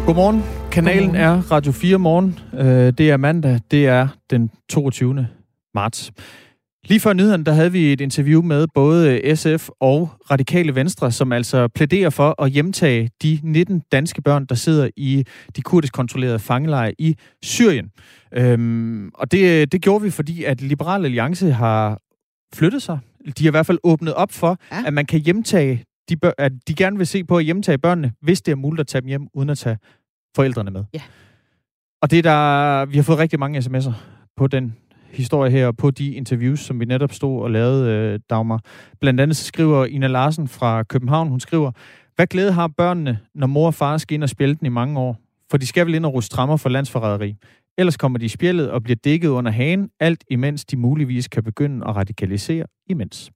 Godmorgen. Kanalen er Radio 4 Morgen. Det er mandag. Det er den 22. marts. Lige før nyheden, der havde vi et interview med både SF og Radikale Venstre, som altså plæderer for at hjemtage de 19 danske børn, der sidder i de kurdisk kontrollerede fangelejre i Syrien. Og det gjorde vi, fordi at Liberal Alliance har flyttet sig. De har i hvert fald åbnet op for, at man kan hjemtage at de gerne vil se på at hjemtage børnene, hvis det er muligt at tage dem hjem, uden at tage forældrene med. Ja. Og vi har fået rigtig mange sms'er på den historie her, og på de interviews, som vi netop stod og lavede, Dagmar. Blandt andet så skriver Ina Larsen fra København, hun skriver, hvad glæde har børnene, når mor og far skal ind og spjælde den i mange år? For de skal vel ind og ruste strammer for landsforræderi. Ellers kommer de i spjældet og bliver dækket under hagen, alt imens de muligvis kan begynde at radikalisere imens.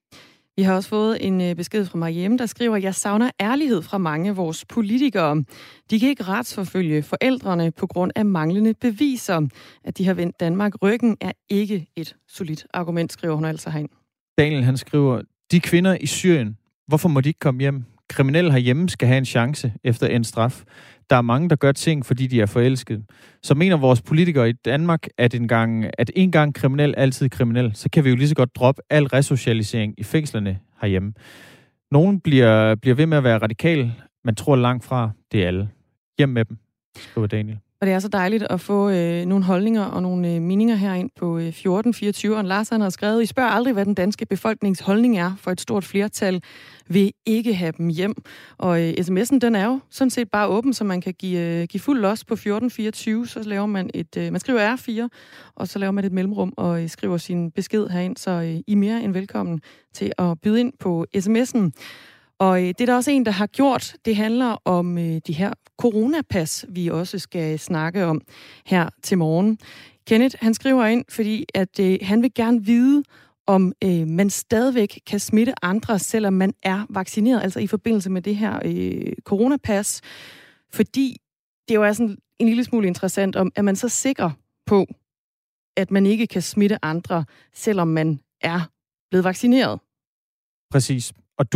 Vi har også fået en besked fra Mariemme, der skriver, jeg savner ærlighed fra mange af vores politikere. De kan ikke retsforfølge forældrene på grund af manglende beviser. At de har vendt Danmark ryggen er ikke et solidt argument, skriver hun altså herind. Daniel, han skriver, de kvinder i Syrien, hvorfor må de ikke komme hjem? Kriminelle herhjemme skal have en chance efter en straf. Der er mange, der gør ting, fordi de er forelskede. Så mener vores politikere i Danmark, at en gang kriminel, altid kriminel, så kan vi jo lige så godt droppe al resocialisering i fængslerne herhjemme. Nogen bliver ved med at være radikale, men tror langt fra, det er alle. Hjem med dem, skriver Daniel. Og det er så dejligt at få nogle holdninger og nogle meninger herind på 1424. Og Lars har skrevet, I spørger aldrig, hvad den danske befolknings holdning er, for et stort flertal vil ikke have dem hjem. Og sms'en, den er jo sådan set bare åben, så man kan give fuld los på 1424. Så laver man man skriver R4, og så laver man et mellemrum og skriver sin besked herind. Så I er mere end velkommen til at byde ind på sms'en. Og det er der også en, der har gjort. Det handler om de her coronapas, vi også skal snakke om her til morgen. Kenneth, han skriver ind, fordi at han vil gerne vide, om man stadigvæk kan smitte andre, selvom man er vaccineret, altså i forbindelse med det her coronapas. Fordi det jo er sådan en lille smule interessant, om er man så sikker på, at man ikke kan smitte andre, selvom man er blevet vaccineret? Præcis. Og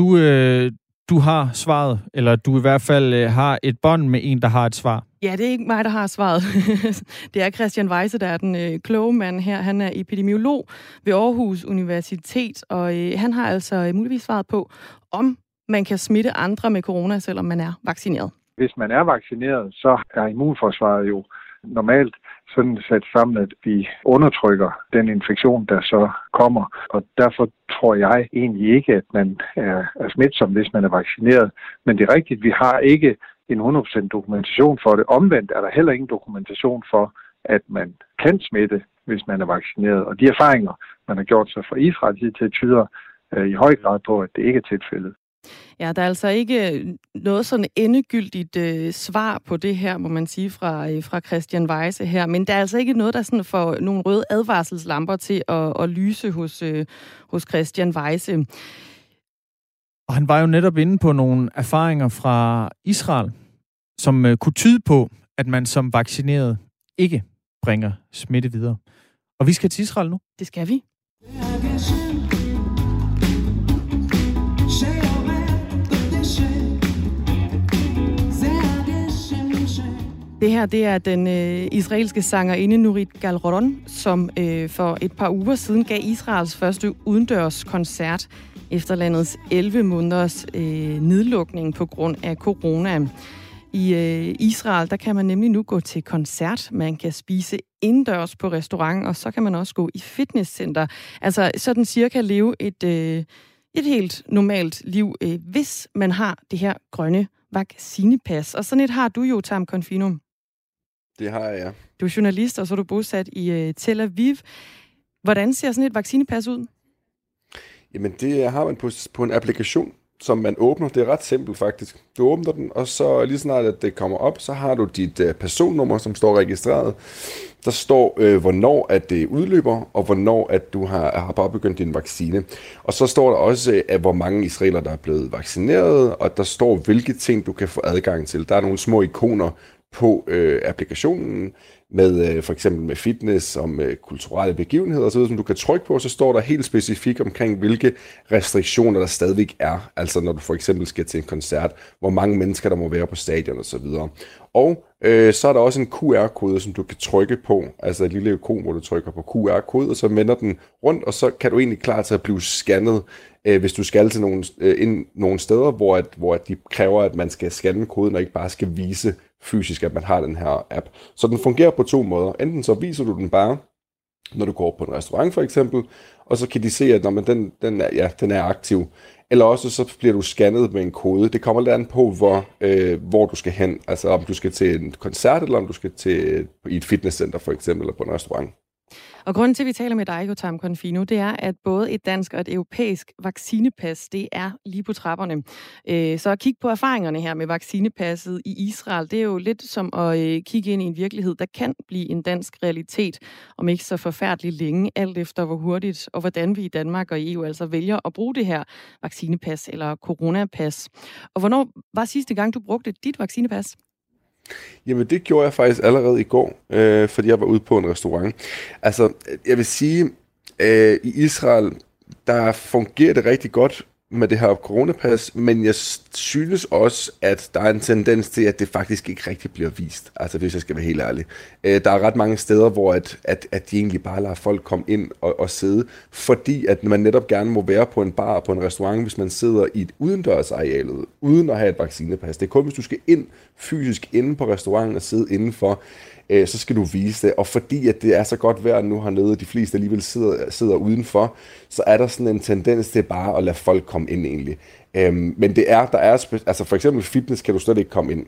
du har svaret, eller du i hvert fald har et bånd med en, der har et svar. Ja, det er ikke mig, der har svaret. Det er Christian Weise, der er den kloge mand her. Han er epidemiolog ved Aarhus Universitet, og han har altså muligvis svaret på, om man kan smitte andre med corona, selvom man er vaccineret. Hvis man er vaccineret, så er immunforsvaret jo normalt sådan sat sammen, at vi undertrykker den infektion, der så kommer. Og derfor tror jeg egentlig ikke, at man er smitsom, hvis man er vaccineret. Men det er rigtigt, vi har ikke en 100% dokumentation for det. Omvendt er der heller ingen dokumentation for, at man kan smitte, hvis man er vaccineret. Og de erfaringer, man har gjort sig fra Israel hidtil, tyder i høj grad på, at det ikke er tilfældet. Ja, der er altså ikke noget sådan endegyldigt svar på det her, må man sige, fra Christian Weise her. Men der er altså ikke noget, der sådan får nogle røde advarselslamper til at lyse hos Christian Weise. Og han var jo netop inde på nogle erfaringer fra Israel, som kunne tyde på, at man som vaccineret ikke bringer smitte videre. Og vi skal til Israel nu. Det skal vi. Det her, det er den israelske sangerinde Nurit Gal-Ron, som for et par uger siden gav Israels første udendørs koncert efter landets 11 måneders nedlukning på grund af corona. I Israel, der kan man nemlig nu gå til koncert, man kan spise indendørs på restaurant, og så kan man også gå i fitnesscenter. Altså sådan cirka leve et helt normalt liv, hvis man har det her grønne vaccinepas. Og sådan et har du jo, Tam Confinum. Det har jeg, ja. Du er journalist, og så er du bosat i Tel Aviv. Hvordan ser sådan et vaccinepas ud? Jamen, det har man på en applikation, som man åbner. Det er ret simpelt, faktisk. Du åbner den, og så lige snart, at det kommer op, så har du dit personnummer, som står registreret. Der står, hvornår at det udløber, og hvornår at du har bare begyndt din vaccine. Og så står der også, hvor mange israelere, der er blevet vaccineret, og der står, hvilke ting du kan få adgang til. Der er nogle små ikoner på applikationen, med for eksempel med fitness og med kulturelle begivenheder osv., som du kan trykke på, så står der helt specifikt omkring, hvilke restriktioner der stadigvæk er. Altså når du for eksempel skal til en koncert, hvor mange mennesker der må være på stadion osv. Og så er der også en QR-kode, som du kan trykke på, altså et lille ikon, hvor du trykker på QR-kode, og så vender den rundt, og så kan du egentlig klar til at blive scannet, hvis du skal til nogle steder, hvor de kræver, at man skal scanne koden, og ikke bare skal vise fysisk, at man har den her app. Så den fungerer på 2 måder. Enten så viser du den bare, når du går på en restaurant for eksempel, og så kan de se, at den er aktiv. Eller også så bliver du scannet med en kode. Det kommer lidt an på, hvor du skal hen. Altså om du skal til en koncert, eller om du skal til i et fitnesscenter for eksempel, eller på en restaurant. Og grunden til, at vi taler med dig, Jotam Confino, det er, at både et dansk og et europæisk vaccinepas, det er lige på trapperne. Så at kigge på erfaringerne her med vaccinepasset i Israel, det er jo lidt som at kigge ind i en virkelighed, der kan blive en dansk realitet, om ikke så forfærdeligt længe, alt efter hvor hurtigt og hvordan vi i Danmark og i EU altså vælger at bruge det her vaccinepas eller coronapas. Og hvornår var sidste gang, du brugte dit vaccinepas? Jamen, det gjorde jeg faktisk allerede i går, fordi jeg var ude på en restaurant. Altså, jeg vil sige, i Israel, der fungerer det rigtig godt med det her coronapas, men jeg synes også, at der er en tendens til, at det faktisk ikke rigtig bliver vist. Altså, hvis jeg skal være helt ærlig. Der er ret mange steder, hvor at de egentlig bare lader folk komme ind og sidde, fordi at man netop gerne må være på en bar og på en restaurant, hvis man sidder i et udendørsarealet, uden at have et vaccinepas. Det er kun, hvis du skal ind fysisk inde på restauranten og sidde indenfor, så skal du vise det. Og fordi at det er så godt vejr nu hernede, de fleste alligevel sidder udenfor, så er der sådan en tendens til bare at lade folk komme ind egentlig. Men der er altså for eksempel fitness kan du slet ikke komme ind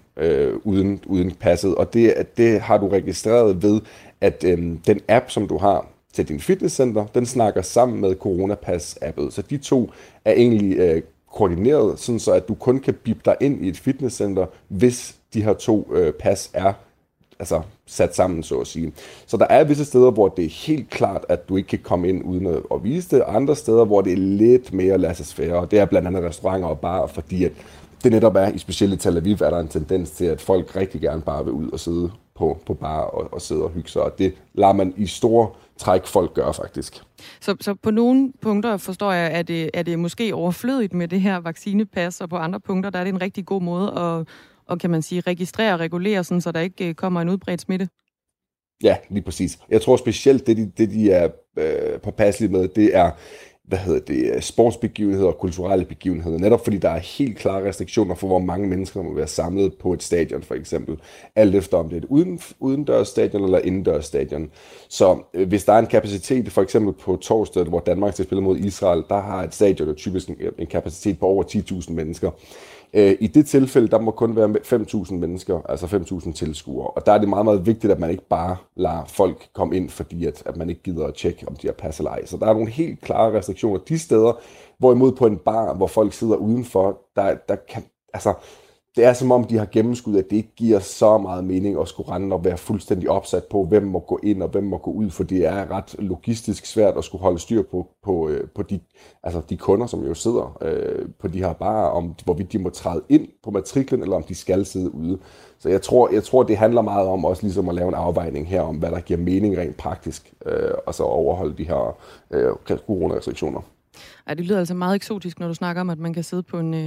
uden passet, og det har du registreret ved, at den app, som du har til din fitnesscenter, den snakker sammen med Coronapas-appet. Så de to er egentlig koordineret, sådan så at du kun kan bippe dig ind i et fitnesscenter, hvis de her 2 pas er altså sat sammen, så at sige. Så der er visse steder, hvor det er helt klart, at du ikke kan komme ind uden at vise det, og andre steder, hvor det er lidt mere laissez-faire, og det er blandt andet restauranter og barer, fordi at det netop er, i specielt i Tel Aviv, er der en tendens til, at folk rigtig gerne bare vil ud og sidde på bar og sidde og hygge sig, og det lader man i store træk folk gøre faktisk. Så på nogle punkter forstår jeg, at det måske overflødigt med det her vaccinepas, og på andre punkter, der er det en rigtig god måde at kan man sige, registrere og regulere, sådan, så der ikke kommer en udbredt smitte? Ja, lige præcis. Jeg tror specielt, det de er påpasselige med, det er sportsbegivenheder og kulturelle begivenheder. Netop fordi der er helt klare restriktioner for, hvor mange mennesker må være samlet på et stadion, for eksempel. Alt efter, om det er et udendørs stadion eller indendørs stadion. Så hvis der er en kapacitet, for eksempel på torsdag, hvor Danmark skal spille mod Israel, der har et stadion jo typisk en kapacitet på over 10.000 mennesker. I det tilfælde, der må kun være 5.000 mennesker, altså 5.000 tilskuere. Og der er det meget, meget vigtigt, at man ikke bare lader folk komme ind, fordi at man ikke gider at tjekke, om de har pas eller ej. Så der er nogle helt klare restriktioner de steder, hvorimod på en bar, hvor folk sidder udenfor, der kan, altså, det er som om, de har gennemskud, at det ikke giver så meget mening at skulle rende og være fuldstændig opsat på, hvem må gå ind og hvem må gå ud, for det er ret logistisk svært at skulle holde styr på de kunder, som jo sidder på de her barer, om hvorvidt de må træde ind på matriklen, eller om de skal sidde ude. Så jeg tror, det handler meget om også ligesom at lave en afvejning her, om hvad der giver mening rent praktisk, og så overholde de her coronarestriktioner. Ej, det lyder altså meget eksotisk, når du snakker om, at man kan sidde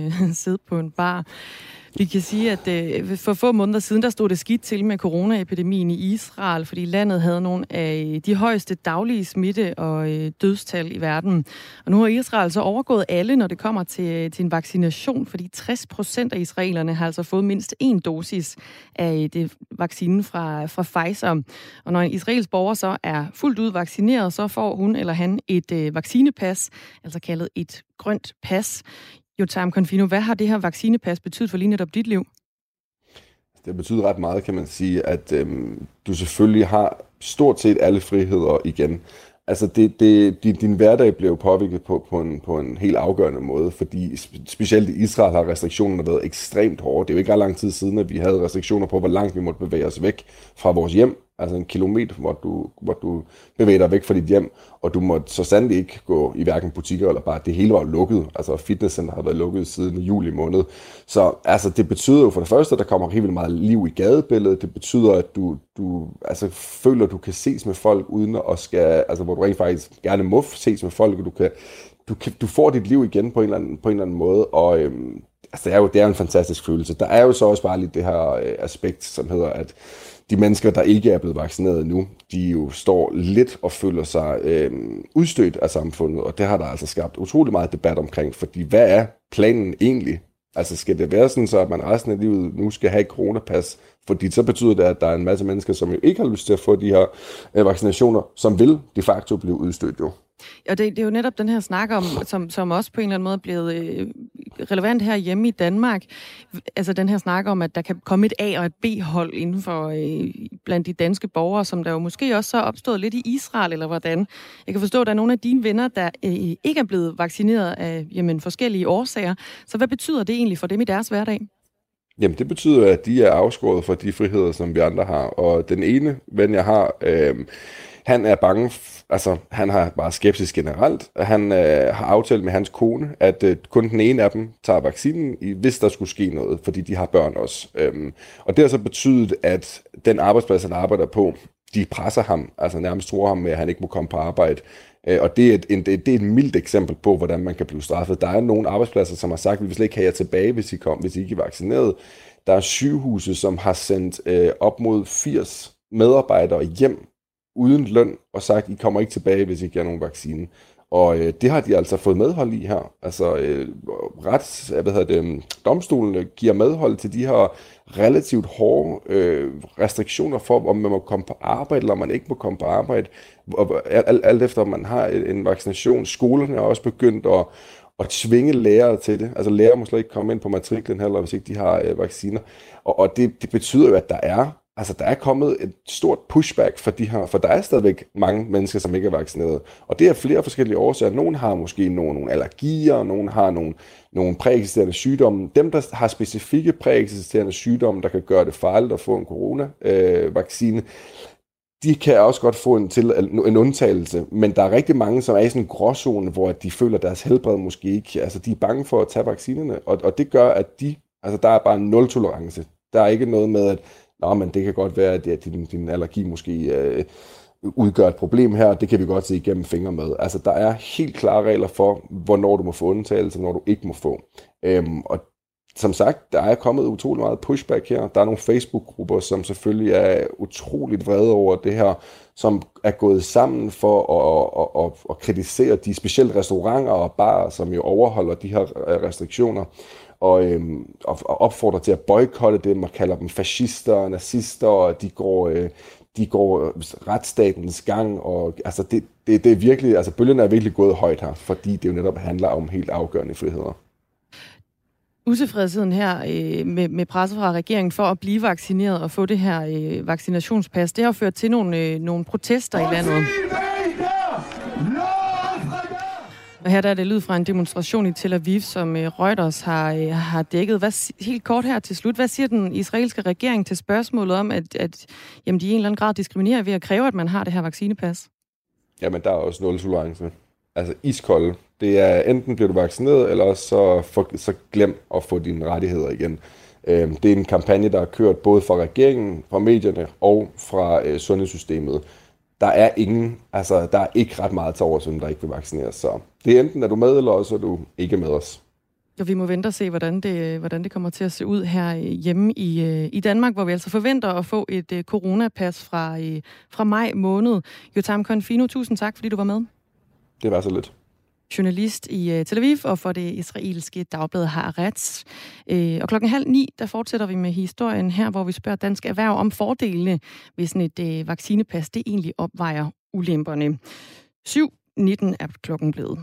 på en bar. Vi kan sige, at for få måneder siden, der stod det skidt til med coronaepidemien i Israel, fordi landet havde nogle af de højeste daglige smitte- og dødstal i verden. Og nu har Israel så overgået alle, når det kommer til en vaccination, fordi 60% af israelerne har altså fået mindst 1 dosis af det vaccinen fra Pfizer. Og når en israelsk borger så er fuldt ud vaccineret, så får hun eller han et vaccinepas, altså kaldet et grønt pas. Jotam Confino, hvad har det her vaccinepas betydet for lige netop dit liv? Det betyder ret meget, kan man sige, at du selvfølgelig har stort set alle friheder igen. Altså, din hverdag blev påvirket på en helt afgørende måde, fordi specielt i Israel har restriktionerne været ekstremt hårde. Det er jo ikke ret lang tid siden, at vi havde restriktioner på, hvor langt vi måtte bevæge os væk fra vores hjem, Altså en kilometer, hvor du bevæger dig væk fra dit hjem, og du må så sandelig ikke gå i hverken butikker eller bare, det hele var lukket. Altså fitnesscenter har været lukket siden juli måned. Så altså, det betyder jo for det første, at der kommer helt vildt meget liv i gadebilledet. Det betyder, at du altså, føler, at du kan ses med folk, uden at skal, altså hvor du rent faktisk gerne må ses med folk, og du får dit liv igen på en eller anden måde, og altså, det er jo en fantastisk følelse. Der er jo så også bare lidt det her aspekt, som hedder, at de mennesker, der ikke er blevet vaccineret nu, de jo står lidt og føler sig udstødt af samfundet, og det har der altså skabt utrolig meget debat omkring, fordi hvad er planen egentlig? Altså skal det være sådan, så at man resten af livet nu skal have et coronapas, fordi så betyder det, at der er en masse mennesker, som jo ikke har lyst til at få de her vaccinationer, som vil de facto blive udstødt jo. Og det er jo netop den her snak om, som også på en eller anden måde er blevet relevant her hjemme i Danmark. Altså den her snak om, at der kan komme et A- og et B-hold inden for blandt de danske borgere, som der jo måske også er opstået lidt i Israel, eller hvordan. Jeg kan forstå, at der er nogle af dine venner, der ikke er blevet vaccineret af forskellige årsager. Så hvad betyder det egentlig for dem i deres hverdag? Jamen, det betyder, at de er afskåret fra de friheder, som vi andre har. Og den ene ven, jeg har, han er bange, altså han har bare skepsis generelt. Han har aftalt med hans kone, at kun den ene af dem tager vaccinen, hvis der skulle ske noget, fordi de har børn også. Og det har så betydet, at den arbejdsplads, han arbejder på, de presser ham, altså nærmest tror ham med, at han ikke må komme på arbejde. Og det er et mildt eksempel på, hvordan man kan blive straffet. Der er nogle arbejdspladser, som har sagt, at vi vil slet ikke have jer tilbage, hvis I ikke er vaccineret. Der er sygehuse, som har sendt op mod 80 medarbejdere hjem uden løn, og sagt, I kommer ikke tilbage, hvis I ikke har nogen vaccine. Og det har de altså fået medhold i her. Altså domstolene giver medhold til de her relativt hårde restriktioner for, om man må komme på arbejde, eller man ikke må komme på arbejde. Alt efter, man har en vaccination. Skolerne er også begyndt at tvinge lærere til det. Altså lærere må slet ikke komme ind på matriklen heller, hvis ikke de har vacciner. Og det betyder jo, at der er kommet et stort pushback for de her, for der er stadigvæk mange mennesker, som ikke er vaccineret. Og det er flere forskellige årsager. Nogle har måske nogle allergier, nogle har nogle præeksisterende sygdomme. Dem, der har specifikke præeksisterende sygdomme, der kan gøre det farligt at få en coronavaccine, de kan også godt få en undtagelse, men der er rigtig mange, som er i sådan en gråzone, hvor de føler, at deres helbred måske ikke, altså de er bange for at tage vaccinerne, og det gør, at der er bare 0 tolerance. Der er ikke noget med, at men det kan godt være, at din allergi måske udgør et problem her, det kan vi godt se igennem fingre med. Altså, der er helt klare regler for, hvornår du må få undtagelse, og hvornår du ikke må få. Og som sagt, der er kommet utrolig meget pushback her. Der er nogle Facebook-grupper, som selvfølgelig er utroligt vrede over det her, som er gået sammen for at kritisere de specielle restauranter og barer, som jo overholder de her restriktioner, og opfordrer til at boykotte dem og kalder dem fascister og nazister, og de går retsstatens gang, og altså det er virkelig, altså bølgerne er virkelig gået højt her, fordi det jo netop handler om helt afgørende friheder. Utilfredsheden her med presset fra regeringen for at blive vaccineret og få det her vaccinationspas, det har ført til nogle protester i landet. Og her der er det lyd fra en demonstration i Tel Aviv, som Reuters har dækket. Helt kort her til slut, hvad siger den israelske regering til spørgsmålet om, at jamen, de i en eller anden grad diskriminerer ved at kræve, at man har det her vaccinepas? Jamen, der er også 0 tolerance. Altså iskolde. Det er enten bliver du vaccineret, eller så glem at få dine rettigheder igen. Det er en kampagne, der er kørt både fra regeringen, fra medierne og fra sundhedssystemet. Der er ikke ret meget til overs, der ikke vil vaccineres. Så det er enten, at du er med, eller også er du ikke med os. Og vi må vente og se, hvordan det kommer til at se ud her hjemme i Danmark, hvor vi altså forventer at få et coronapas fra maj måned. Yotam Confino, tusind tak, fordi du var med. Det var så lidt. Journalist i Tel Aviv og for det israelske dagblad Haaretz. Og 8:30, der fortsætter vi med historien her, hvor vi spørger Dansk Erhverv om fordelene, hvis sådan et vaccinepas det egentlig opvejer ulemperne. 7:19 er klokken blevet.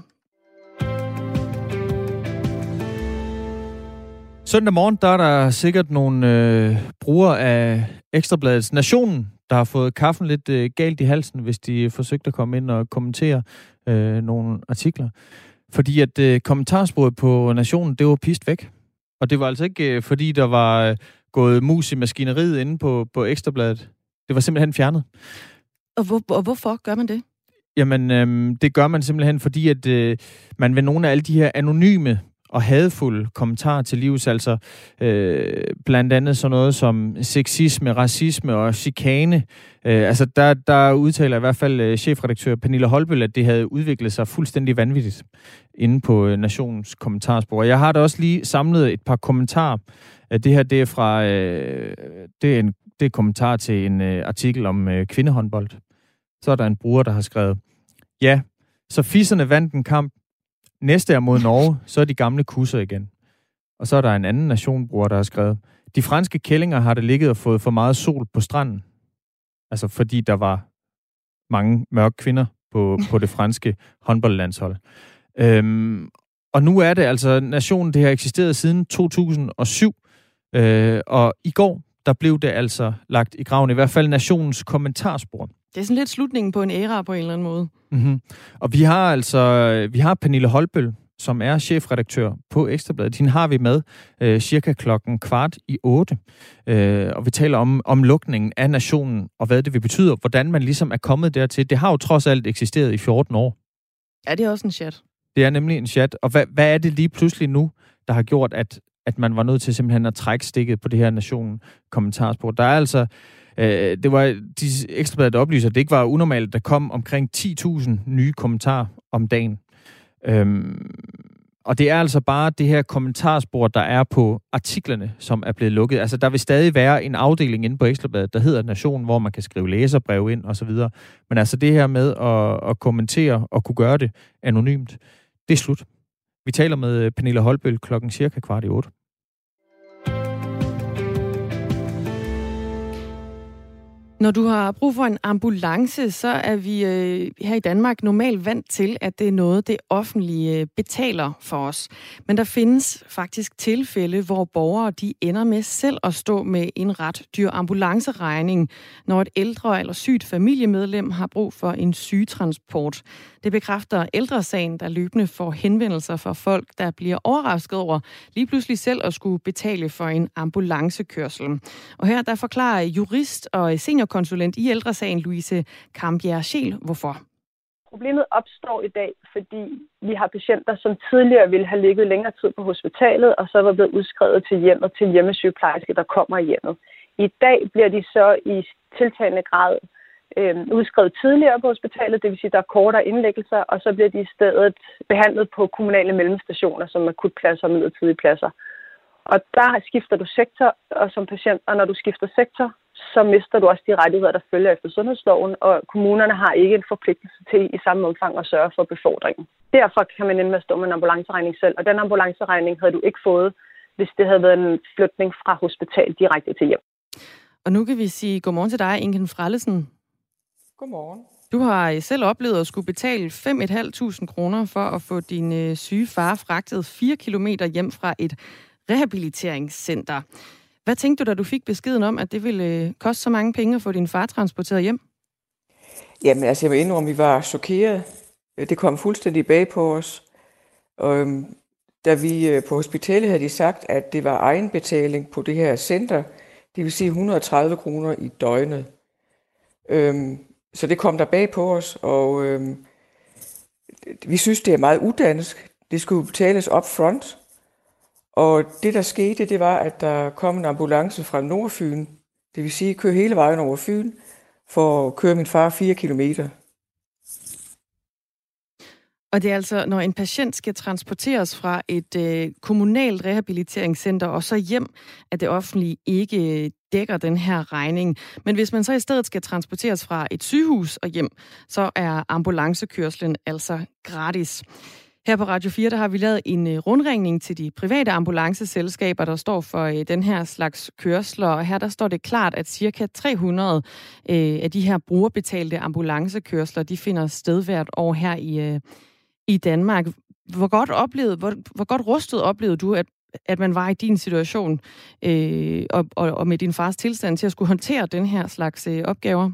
Søndag morgen, der er der sikkert nogle brugere af Ekstrabladets Nationen, der har fået kaffen lidt galt i halsen, hvis de forsøgte at komme ind og kommentere nogle artikler. Fordi at kommentarsporet på Nationen, det var pist væk. Og det var altså ikke fordi, der var gået mus i maskineriet inde på Ekstrabladet. Det var simpelthen fjernet. Og hvorfor gør man det? Jamen, det gør man simpelthen, fordi at man ved nogle af alle de her anonyme og hadefulde kommentarer til livs, altså blandt andet sådan noget som sexisme, racisme og chikane. Altså der udtaler i hvert fald chefredaktør Pernille Holbøll, at det havde udviklet sig fuldstændig vanvittigt inde på Nationens kommentarspor. Jeg har da også lige samlet et par kommentarer. Det her, det er fra det er kommentar til en artikel om kvindehåndbold. Så er der en bruger, der har skrevet: ja, så fisserne vandt en kamp. Næste er mod Norge, så er de gamle kusser igen. Og så er der en anden nationbruger, der har skrevet: de franske kællinger har det ligget og fået for meget sol på stranden. Altså fordi der var mange mørke kvinder på det franske håndboldlandshold. Og nu er det altså Nationen, det har eksisteret siden 2007. Og i går, der blev det altså lagt i graven, i hvert fald Nationens kommentarspor. Det er sådan lidt slutningen på en æra på en eller anden måde. Mm-hmm. Og vi har Pernille Holbøll, som er chefredaktør på Ekstra Bladet. Hende har vi med cirka 7:15. Og vi taler om lukningen af Nationen, og hvad det vil betyde, hvordan man ligesom er kommet dertil. Det har jo trods alt eksisteret i 14 år. Ja, det er også en chat. Det er nemlig en chat. Og hvad er det lige pludselig nu, der har gjort, at man var nødt til simpelthen at trække stikket på det her Nationen kommentarspor? Der er altså... det var de Ekstra Bladet, der oplyser, at det ikke var unormalt, at der kom omkring 10.000 nye kommentarer om dagen. Og det er altså bare det her kommentarspor, der er på artiklerne, som er blevet lukket. Altså, der vil stadig være en afdeling inde på Ekstra Bladet, der hedder Nation, hvor man kan skrive læserbrev ind og så videre. Men altså det her med at kommentere og kunne gøre det anonymt, det er slut. Vi taler med Pernille Holbøll klokken cirka 7:15. Når du har brug for en ambulance, så er vi her i Danmark normalt vant til, at det er noget, det offentlige betaler for os. Men der findes faktisk tilfælde, hvor borgere de ender med selv at stå med en ret dyr ambulanceregning, når et ældre eller sygt familiemedlem har brug for en sygetransport. Det bekræfter Ældresagen, der løbende får henvendelser fra folk, der bliver overrasket over lige pludselig selv at skulle betale for en ambulancekørsel. Og her der forklarer jurist og seniorkonsulent i Ældresagen, Louise Kambjerg-Scheel, hvorfor. Problemet opstår i dag, fordi vi har patienter, som tidligere ville have ligget længere tid på hospitalet, og så var blevet udskrevet til hjemmet til hjemmesygeplejerske, der kommer i hjemmet. I dag bliver de så i tiltagende grad udskrevet tidligere på hospitalet, det vil sige, der er kortere indlæggelser, og så bliver de i stedet behandlet på kommunale mellemstationer som akutpladser og midlertidige pladser. Og der skifter du sektor, og som patient, og når du skifter sektor, så mister du også de rettigheder, der følger efter sundhedsloven, og kommunerne har ikke en forpligtelse til i samme omfang at sørge for befordringen. Derfor kan man ende med at stå med en ambulanceregning selv, og den ambulanceregning havde du ikke fået, hvis det havde været en flytning fra hospital direkte til hjem. Og nu kan vi sige godmorgen til dig, Inken Frellesen. Godmorgen. Du har selv oplevet at skulle betale 5.500 kroner for at få din syge far fragtet 4 kilometer hjem fra et rehabiliteringscenter. Hvad tænkte du, da du fik beskeden om, at det ville koste så mange penge at få din far transporteret hjem? Jamen, altså, jeg vil indrømme, at vi var chokeret. Det kom fuldstændig bag på os. Og da vi på hospitalet havde de sagt, at det var egenbetaling på det her center, det vil sige 130 kroner i døgnet. Så det kom der bag på os, og vi synes, det er meget udansk. Det skulle betales up front. Og det, der skete, det var, at der kom en ambulance fra Nordfyn. Det vil sige, køre hele vejen over Fyn for at køre min far 4 kilometer. Og det er altså, når en patient skal transporteres fra et kommunalt rehabiliteringscenter og så hjem, at det offentlige ikke dækker den her regning. Men hvis man så i stedet skal transporteres fra et sygehus og hjem, så er ambulancekørslen altså gratis. Her på Radio 4, der har vi lavet en rundringning til de private ambulanceselskaber, der står for den her slags kørsler. Og her der står det klart, at ca. 300 af de her brugerbetalte ambulancekørsler, de finder sted hvert år her i Danmark. Hvor godt rustet oplevede du, at man var i din situation og med din fars tilstand til at skulle håndtere den her slags opgaver?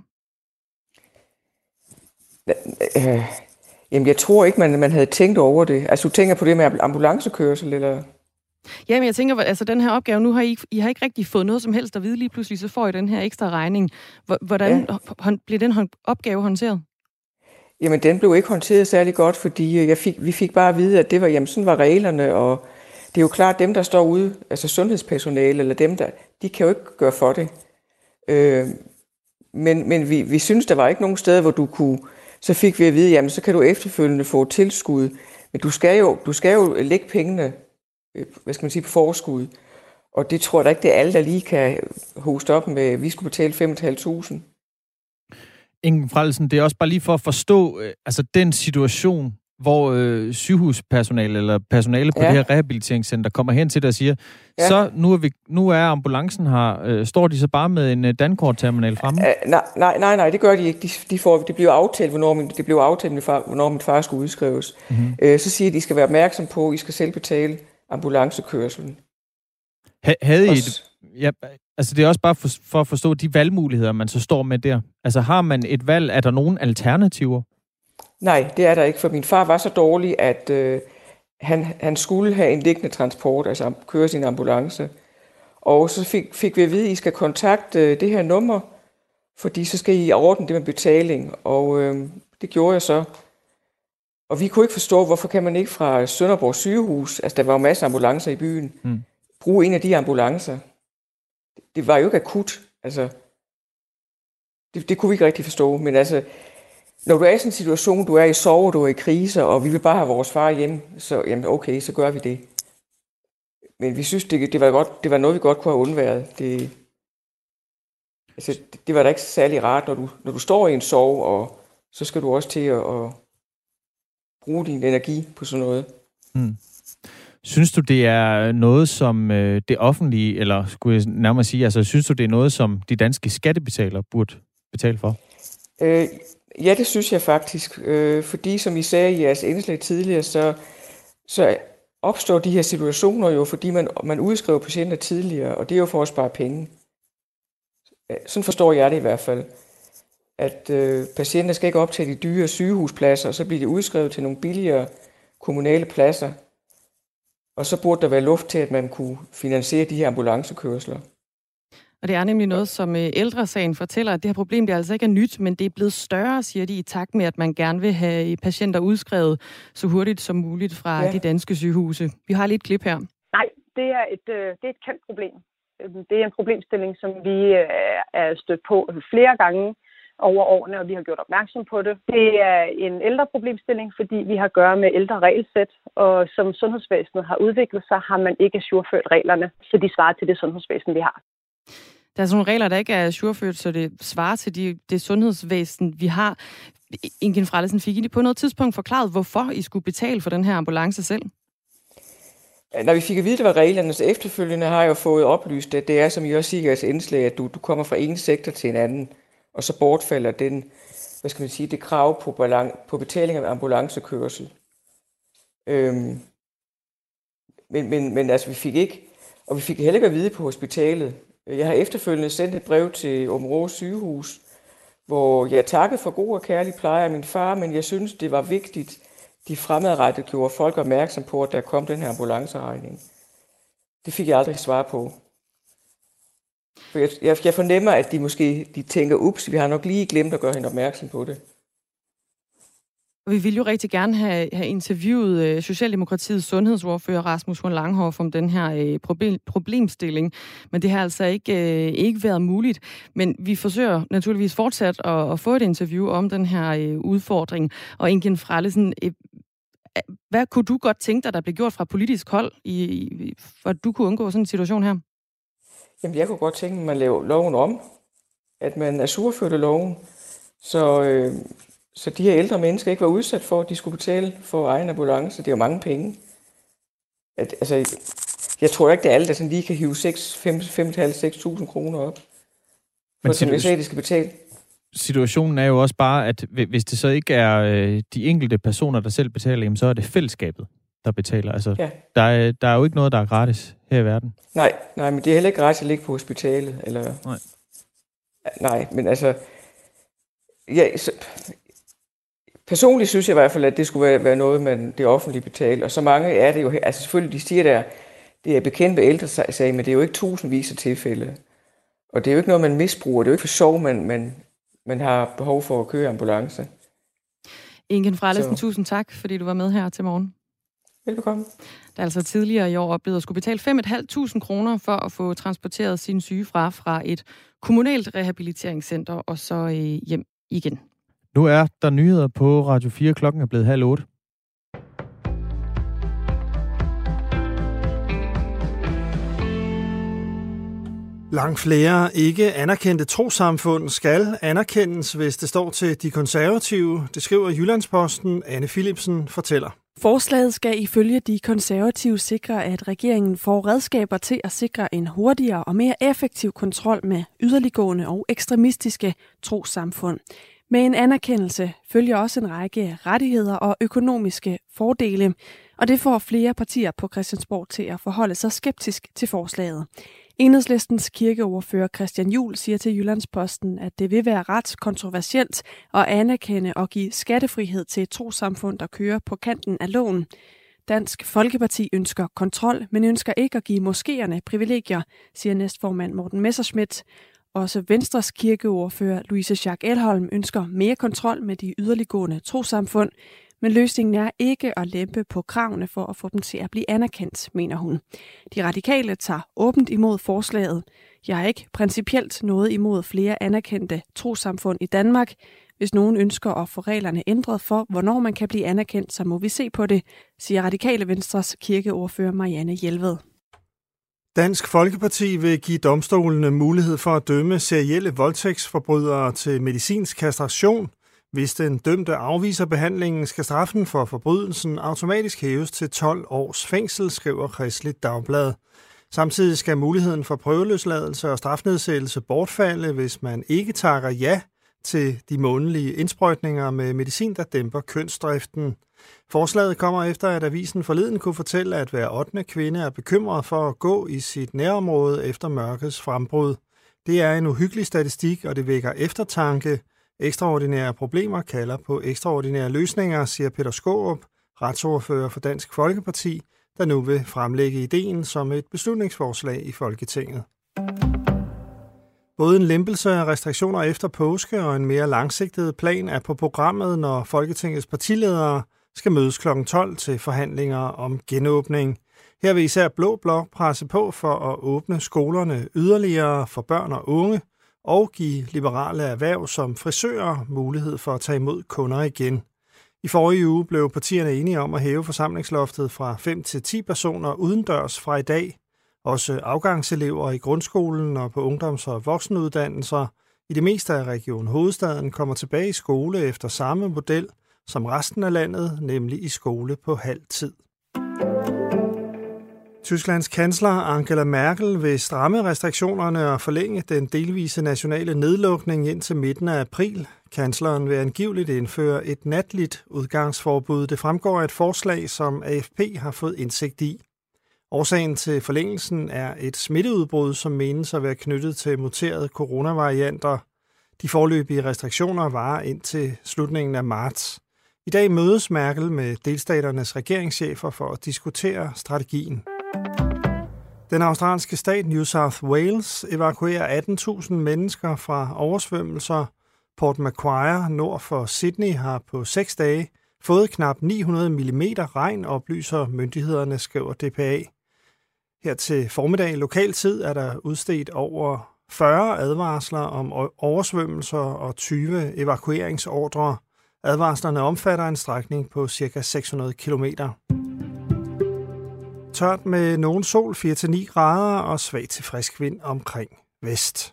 Jamen, jeg tror ikke, man havde tænkt over det. Altså, du tænker på det med ambulancekørsel, eller? Jamen, jeg tænker, altså den her opgave, nu har I har ikke rigtig fået noget som helst at vide, lige pludselig så får I den her ekstra regning. Hvordan blev den opgave håndteret? Jamen, den blev ikke håndteret særlig godt, fordi vi fik bare at vide, at det var, jamen, sådan var reglerne, og det er jo klart, dem, der står ude, altså sundhedspersonale, eller dem, de kan jo ikke gøre for det. Men vi synes, der var ikke nogen steder, hvor du kunne, så fik vi at vide, jamen, så kan du efterfølgende få tilskud, men du skal jo lægge pengene, hvad skal man sige, på forskud, og det tror jeg da ikke, det er alle, der lige kan hoste op med, vi skulle betale 5.500. Inge Frellesen, det er også bare lige for at forstå, altså den situation, hvor sygehuspersonale eller personale på det her rehabiliteringscenter kommer hen til dig og siger, så nu er ambulancen her. Står de så bare med en dankortterminal fremme? Nej, det gør de ikke. Det bliver aftalt, hvornår min far skulle udskrives. Mm-hmm. Så siger de, at I skal være opmærksom på, at I skal selv betale ambulancekørselen. Havde I altså det er også bare for at forstå de valgmuligheder, man så står med der. Altså har man et valg? Er der nogen alternativer? Nej, det er der ikke, for min far var så dårlig, at han skulle have en liggende transport, altså køre sin ambulance. Og så fik vi at vide, at I skal kontakte det her nummer, fordi så skal I ordne det med betaling. Og det gjorde jeg så. Og vi kunne ikke forstå, hvorfor kan man ikke fra Sønderborg sygehus, altså der var jo masser af ambulancer i byen, bruge en af de ambulancer. Det var jo ikke akut, altså. Det kunne vi ikke rigtig forstå, men altså, når du er i sådan en situation, du er i sorg, du er i krise, og vi vil bare have vores far hjem, så jamen okay, så gør vi det. Men vi synes, det var godt, det var noget, vi godt kunne have undværet. Det var da ikke særlig rart, når du står i en sorg, og så skal du også til at bruge din energi på sådan noget. Synes du, det er noget, som det offentlige, eller skulle jeg nærmere sige, altså synes du, det er noget, som de danske skattebetalere burde betale for? Ja, det synes jeg faktisk. Fordi, som I sagde i jeres indslag tidligere, så opstår de her situationer jo, fordi man udskriver patienter tidligere, og det er jo for at spare penge. Sådan forstår jeg det i hvert fald. At patienter skal ikke optage de dyre sygehuspladser, og så bliver de udskrevet til nogle billigere kommunale pladser. Og så burde der være luft til, at man kunne finansiere de her ambulancekørsler. Og det er nemlig noget, som Ældresagen fortæller, at det her problem det altså ikke er nyt, men det er blevet større, siger de, i takt med, at man gerne vil have patienter udskrevet så hurtigt som muligt fra de danske sygehuse. Vi har lige et klip her. Nej, det er et kendt problem. Det er en problemstilling, som vi er stødt på flere gange over årene, og vi har gjort opmærksom på det. Det er en ældre problemstilling, fordi vi har at gøre med ældre regelsæt, og som sundhedsvæsenet har udviklet sig, har man ikke ajourført reglerne, så de svarer til det sundhedsvæsen, vi har. Der er sådan nogle regler, der ikke er ajourført, så det svarer til det sundhedsvæsen, vi har. Inge Frellesen, fik I på noget tidspunkt forklaret, hvorfor I skulle betale for den her ambulance selv? Når vi fik at vide, det var reglerne, så efterfølgende har jeg jo fået oplyst, at det er, som I også siger i jeres indslag, at du kommer fra en sektor til en anden, og så bortfalder den, hvad skal man sige, det krav på betaling af ambulancekørsel. Men altså, vi fik heller ikke at vide på hospitalet. Jeg har efterfølgende sendt et brev til Aabenraa sygehus, hvor jeg takkede for god og kærlig pleje af min far, men jeg synes, det var vigtigt, de fremadrettet gjorde folk opmærksom på, at der kom den her ambulanceregning. Det fik jeg aldrig svar på. For jeg fornemmer, at de tænker, ups, vi har nok lige glemt at gøre hende opmærksom på det. Vi ville jo rigtig gerne have interviewet Socialdemokratiets sundhedsordfører Rasmus Horn Langhoff om den her problemstilling, men det har altså ikke været muligt. Men vi forsøger naturligvis fortsat at få et interview om den her udfordring. Og Inge Frellesen, hvad kunne du godt tænke dig, der blev gjort fra politisk hold, for at du kunne undgå sådan en situation her? Jamen, jeg kunne godt tænke mig, at man laver loven om. At man ajourførte loven, så de her ældre mennesker ikke var udsat for, at de skulle betale for egen ambulance. Det er jo mange penge. Jeg tror ikke, det er alle, der sådan lige kan hive 5.500-6.000 kroner op. Men som jeg sagde, de skal betale. Situationen er jo også bare, at hvis det så ikke er de enkelte personer, der selv betaler, jamen, så er det fællesskabet, der betaler. Altså, der er jo ikke noget, der er gratis her i verden. Nej, men det er heller ikke gratis at ligge på hospitalet. Eller. Nej, men altså. Personligt synes jeg i hvert fald, at det skulle være noget, det offentlige betaler. Og så mange er det jo. Altså selvfølgelig, de siger der, Det er bekendt med ældresager, men det er jo ikke tusindvis af tilfælde. Og det er jo ikke noget, man misbruger. Det er jo ikke for sjov, man har behov for at køre ambulance. Ingen Frellesen, tusind tak, fordi du var med her til morgen. Velbekomme. Der er altså tidligere i år oplevet at skulle betale 5.500 kroner for at få transporteret sine syge fra et kommunalt rehabiliteringscenter og så hjem igen. Nu er der nyheder på Radio 4. Klokken er blevet 7:30. Langt flere ikke anerkendte trossamfund skal anerkendes, hvis det står til de konservative. Det skriver Jyllandsposten. Anne Philipsen fortæller. Forslaget skal ifølge de konservative sikre, at regeringen får redskaber til at sikre en hurtigere og mere effektiv kontrol med yderliggående og ekstremistiske trossamfund. Med en anerkendelse følger også en række rettigheder og økonomiske fordele, og det får flere partier på Christiansborg til at forholde sig skeptisk til forslaget. Enhedslistens kirkeordfører Christian Juhl siger til Jyllandsposten, at det vil være ret kontroversielt at anerkende og give skattefrihed til et trossamfund, der kører på kanten af loven. Dansk Folkeparti ønsker kontrol, men ønsker ikke at give moskéerne privilegier, siger næstformand Morten Messerschmidt. Også Venstres kirkeordfører Louise Schack Elholm ønsker mere kontrol med de yderliggående trossamfund, men løsningen er ikke at lempe på kravene for at få dem til at blive anerkendt, mener hun. De radikale tager åbent imod forslaget. Jeg har ikke principielt noget imod flere anerkendte trossamfund i Danmark. Hvis nogen ønsker at få reglerne ændret for, hvornår man kan blive anerkendt, så må vi se på det, siger Radikale Venstres kirkeordfører Marianne Jelved. Dansk Folkeparti vil give domstolene mulighed for at dømme serielle voldtægtsforbrydere til medicinsk kastration. Hvis den dømte afviser behandlingen, skal straffen for forbrydelsen automatisk hæves til 12 års fængsel, skriver Kristeligt Dagblad. Samtidig skal muligheden for prøveløsladelse og strafnedsættelse bortfalde, hvis man ikke takker ja til de månedlige indsprøjtninger med medicin, der dæmper kønsdriften. Forslaget kommer efter, at avisen forleden kunne fortælle, at hver 8. kvinde er bekymret for at gå i sit nærområde efter mørkets frembrud. Det er en uhyggelig statistik, og det vækker eftertanke. Ekstraordinære problemer kalder på ekstraordinære løsninger, siger Peter Skaarup, retsordfører for Dansk Folkeparti, der nu vil fremlægge ideen som et beslutningsforslag i Folketinget. Både en lempelse af restriktioner efter påske og en mere langsigtet plan er på programmet, når Folketingets partiledere skal mødes kl. 12 til forhandlinger om genåbning. Her vil især Blå Blok presse på for at åbne skolerne yderligere for børn og unge og give liberale erhverv som frisører mulighed for at tage imod kunder igen. I forrige uge blev partierne enige om at hæve forsamlingsloftet fra 5 til 10 personer udendørs fra i dag. Også afgangselever i grundskolen og på ungdoms- og voksenuddannelser i det meste af Region Hovedstaden kommer tilbage i skole efter samme model som resten af landet, nemlig i skole på halv tid. Tysklands kansler Angela Merkel vil stramme restriktionerne og forlænge den delvise nationale nedlukning indtil midten af april. Kansleren vil angiveligt indføre et natligt udgangsforbud. Det fremgår af et forslag, som AFP har fået indsigt i. Årsagen til forlængelsen er et smitteudbrud, som menes at være knyttet til muterede coronavarianter. De foreløbige restriktioner varer indtil slutningen af marts. I dag mødes Merkel med delstaternes regeringschefer for at diskutere strategien. Den australske stat New South Wales evakuerer 18.000 mennesker fra oversvømmelser. Port Macquarie nord for Sydney har på 6 dage fået knap 900 mm regn, oplyser myndighederne, skriver DPA. Her til formiddag lokal tid er der udstedt over 40 advarsler om oversvømmelser og 20 evakueringsordrer. Advarslerne omfatter en strækning på ca. 600 km. Tørt med nogen sol, 4-9 grader og svag til frisk vind omkring vest.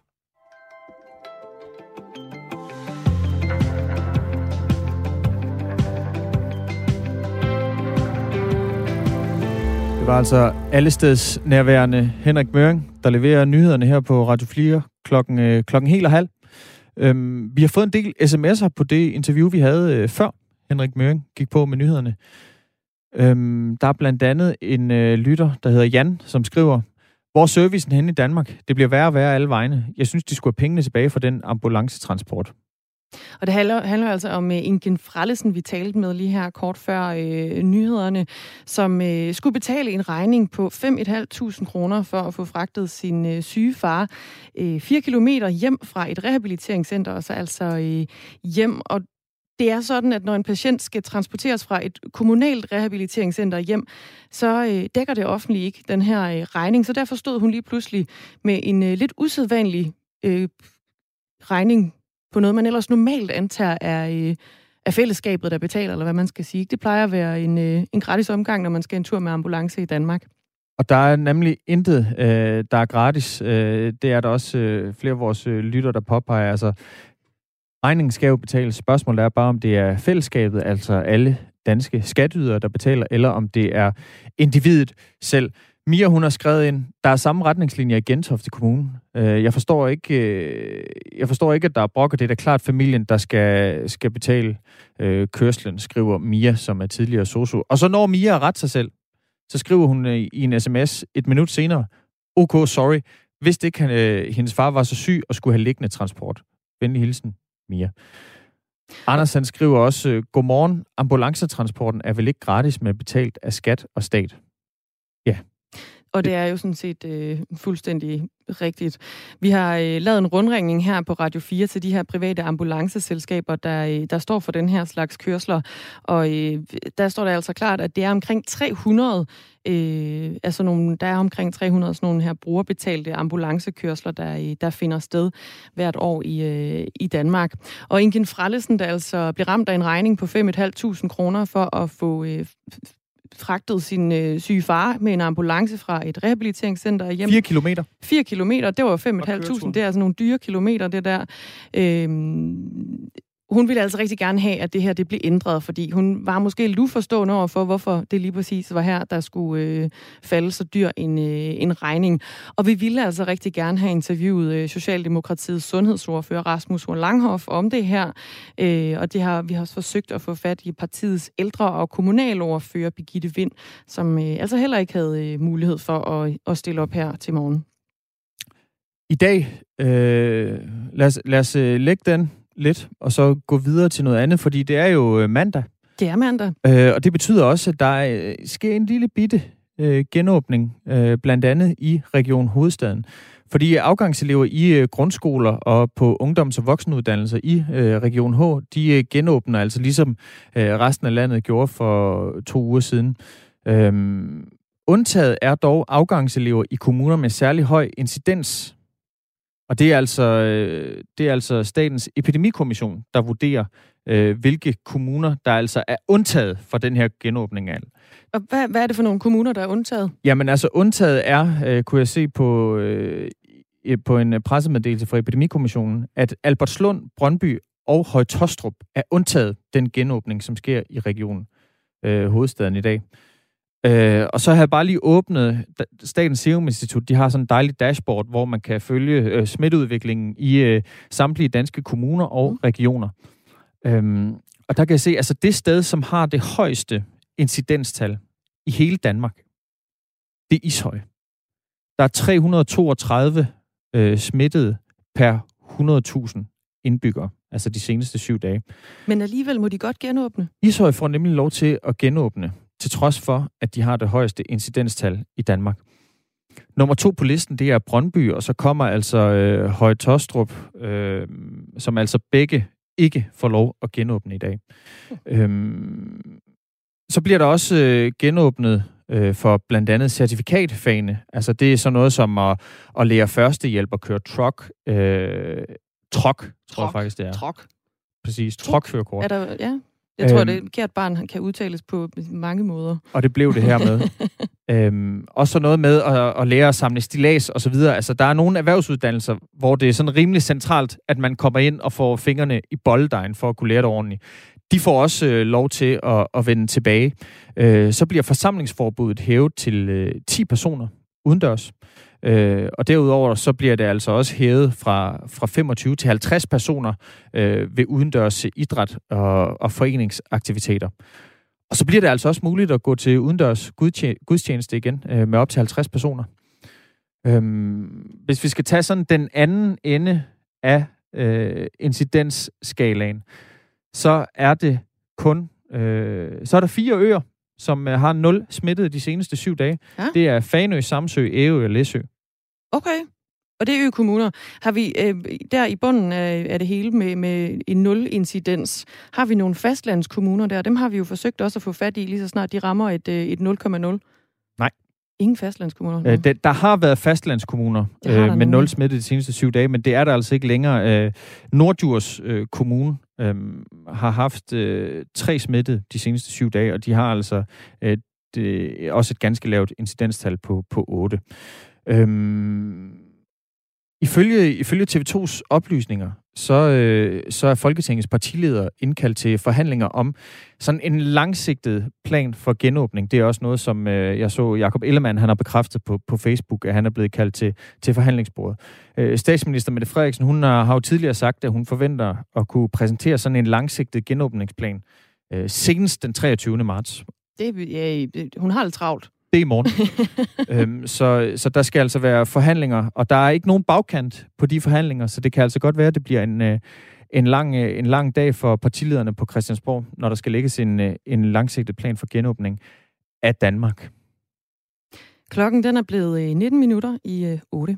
Det var altså allesteds nærværende Henrik Møring, der leverer nyhederne her på Radio 4 klokken 7:30. Vi har fået en del sms'er på det interview, vi havde før Henrik Møring gik på med nyhederne. Der er blandt andet en lytter, der hedder Jan, som skriver: hvor er servicen henne i Danmark? Det bliver værre og værre alle vegne. Jeg synes, de skulle have pengene tilbage for den ambulancetransport. Og det handler altså om Ingen Frellesen, vi talte med lige her kort før nyhederne, som skulle betale en regning på 5.500 kroner for at få fragtet sin syge far 4 kilometer hjem fra et rehabiliteringscenter, og så altså hjem. Og det er sådan, at når en patient skal transporteres fra et kommunalt rehabiliteringscenter hjem, så dækker det offentlige ikke den her regning. Så derfor stod hun lige pludselig med en lidt usædvanlig regning på noget, man ellers normalt antager er fællesskabet, der betaler, eller hvad man skal sige. Det plejer at være en gratis omgang, når man skal en tur med ambulance i Danmark. Og der er nemlig intet, der er gratis. Det er der også flere af vores lytter, der påpeger. Altså, regningen skal jo betales. Spørgsmålet er bare, om det er fællesskabet, altså alle danske skatteydere, der betaler, eller om det er individet selv. Mia, hun har skrevet ind, der er samme retningslinjer i Gentofte Kommune. Jeg forstår ikke, at der er brok, og det er da klart familien, der skal betale kørslen, skriver Mia, som er tidligere sosu. Og så når Mia at rette sig selv, så skriver hun i en sms et minut senere, OK, sorry, hvis det kan, hendes far var så syg og skulle have liggende transport. Venlig hilsen, Mia. Anders han skriver også, godmorgen, ambulancetransporten er vel ikke gratis, men betalt af skat og stat. Ja. Og det er jo sådan set fuldstændig rigtigt. Vi har lavet en rundringning her på Radio 4 til de her private ambulanceselskaber, der står for den her slags kørsler. Og der står det altså klart, at det er omkring 300, der er omkring 300 sådan nogle her brugerbetalte ambulancekørsler, der finder sted hvert år i Danmark. Og Ingen Frellesen, der altså blev ramt af en regning på 5.500 kroner for at få fragtede sin syge far med en ambulance fra et rehabiliteringscenter hjem. 4 kilometer? 4 kilometer, det var 5.500. Det er altså nogle dyre kilometer, det der. Hun ville altså rigtig gerne have, at det her det blev ændret, fordi hun var måske lidt uforstående over for, hvorfor det lige præcis var her, der skulle falde så dyr en regning. Og vi ville altså rigtig gerne have interviewet Socialdemokratiets sundhedsordfører Rasmus Horn Langhoff om det her. Og vi har også forsøgt at få fat i partiets ældre- og kommunalordfører Birgitte Vind, som altså heller ikke havde mulighed for at stille op her til morgen. I dag, lad os lægge den lidt, og så gå videre til noget andet, fordi det er jo mandag. Det er mandag. Og det betyder også, at der sker en lille bitte genåbning, blandt andet i Region Hovedstaden. Fordi afgangselever i grundskoler og på ungdoms- og voksenuddannelser i Region H, de genåbner altså ligesom resten af landet gjorde for 2 uger siden. Undtaget er dog afgangselever i kommuner med særlig høj incidens. Og det er altså Statens Epidemikommission, der vurderer, hvilke kommuner, der altså er undtaget fra den her genåbning af. Og hvad er det for nogle kommuner, der er undtaget? Jamen altså undtaget er, kunne jeg se på en pressemeddelelse fra Epidemikommissionen, at Albertslund, Brøndby og Høje-Taastrup er undtaget den genåbning, som sker i regionen Hovedstaden i dag. Og så har jeg bare lige åbnet Statens Serum Institut. De har sådan en dejlig dashboard, hvor man kan følge smitteudviklingen i samtlige danske kommuner og regioner. Og der kan jeg se, altså det sted, som har det højeste incidenstal i hele Danmark, det er Ishøj. Der er 332 smittede per 100.000 indbyggere, altså de seneste 7 dage. Men alligevel må de godt genåbne? Ishøj får nemlig lov til at genåbne, til trods for, at de har det højeste incidenstal i Danmark. Nummer 2 på listen, det er Brøndby, og så kommer altså Høje-Taastrup, som altså begge ikke får lov at genåbne i dag. Så bliver der også genåbnet for blandt andet certifikatfagene. Altså det er sådan noget som at lære førstehjælp og køre truck, tror jeg faktisk det er. Truck. Præcis, truckførerkort. Er der, ja. Jeg tror, det kært barn kan udtales på mange måder. Og det blev det her med. Også noget med at lære at samle stillads og så videre. Altså, der er nogle erhvervsuddannelser, hvor det er sådan rimelig centralt, at man kommer ind og får fingrene i bolledejen for at kunne lære det ordentligt. De får også lov til at vende tilbage. Så bliver forsamlingsforbuddet hævet til 10 personer udendørs. Og derudover så bliver det altså også hævet fra 25 til 50 personer ved udendørs idræt og foreningsaktiviteter. Og så bliver det altså også muligt at gå til udendørs gudstjeneste igen med op til 50 personer. Hvis vi skal tage sådan den anden ende af incidensskalaen, så er det kun så er der 4 øer, som har 0 smittede de seneste 7 dage. Ja. Det er Fanø, Samsø, Ærø og Læsø. Okay. Og det er økommuner. Har vi der i bunden af det hele med en 0-incidens, har vi nogle fastlandskommuner der? Dem har vi jo forsøgt også at få fat i, lige så snart de rammer et 0,0. Nej. Ingen fastlandskommuner? Der har været fastlandskommuner med 0 smittede de seneste 7 dage, men det er der altså ikke længere. Norddjurs Kommune har haft 3 smittede de seneste 7 dage, og de har altså også et ganske lavt incidensstal på 8. Ifølge TV2's oplysninger, så er Folketingets partiledere indkaldt til forhandlinger om sådan en langsigtet plan for genåbning. Det er også noget, som jeg så Jakob Ellemann, han har bekræftet på Facebook, at han er blevet kaldt til forhandlingsbordet. Statsminister Mette Frederiksen, hun har jo tidligere sagt, at hun forventer at kunne præsentere sådan en langsigtet genåbningsplan senest den 23. marts. Hun har lidt travlt. Det er i morgen. Så der skal altså være forhandlinger, og der er ikke nogen bagkant på de forhandlinger, så det kan altså godt være, at det bliver en lang dag for partilederne på Christiansborg, når der skal lægges en langsigtet plan for genåbning af Danmark. Klokken den er blevet 19 minutter i 8.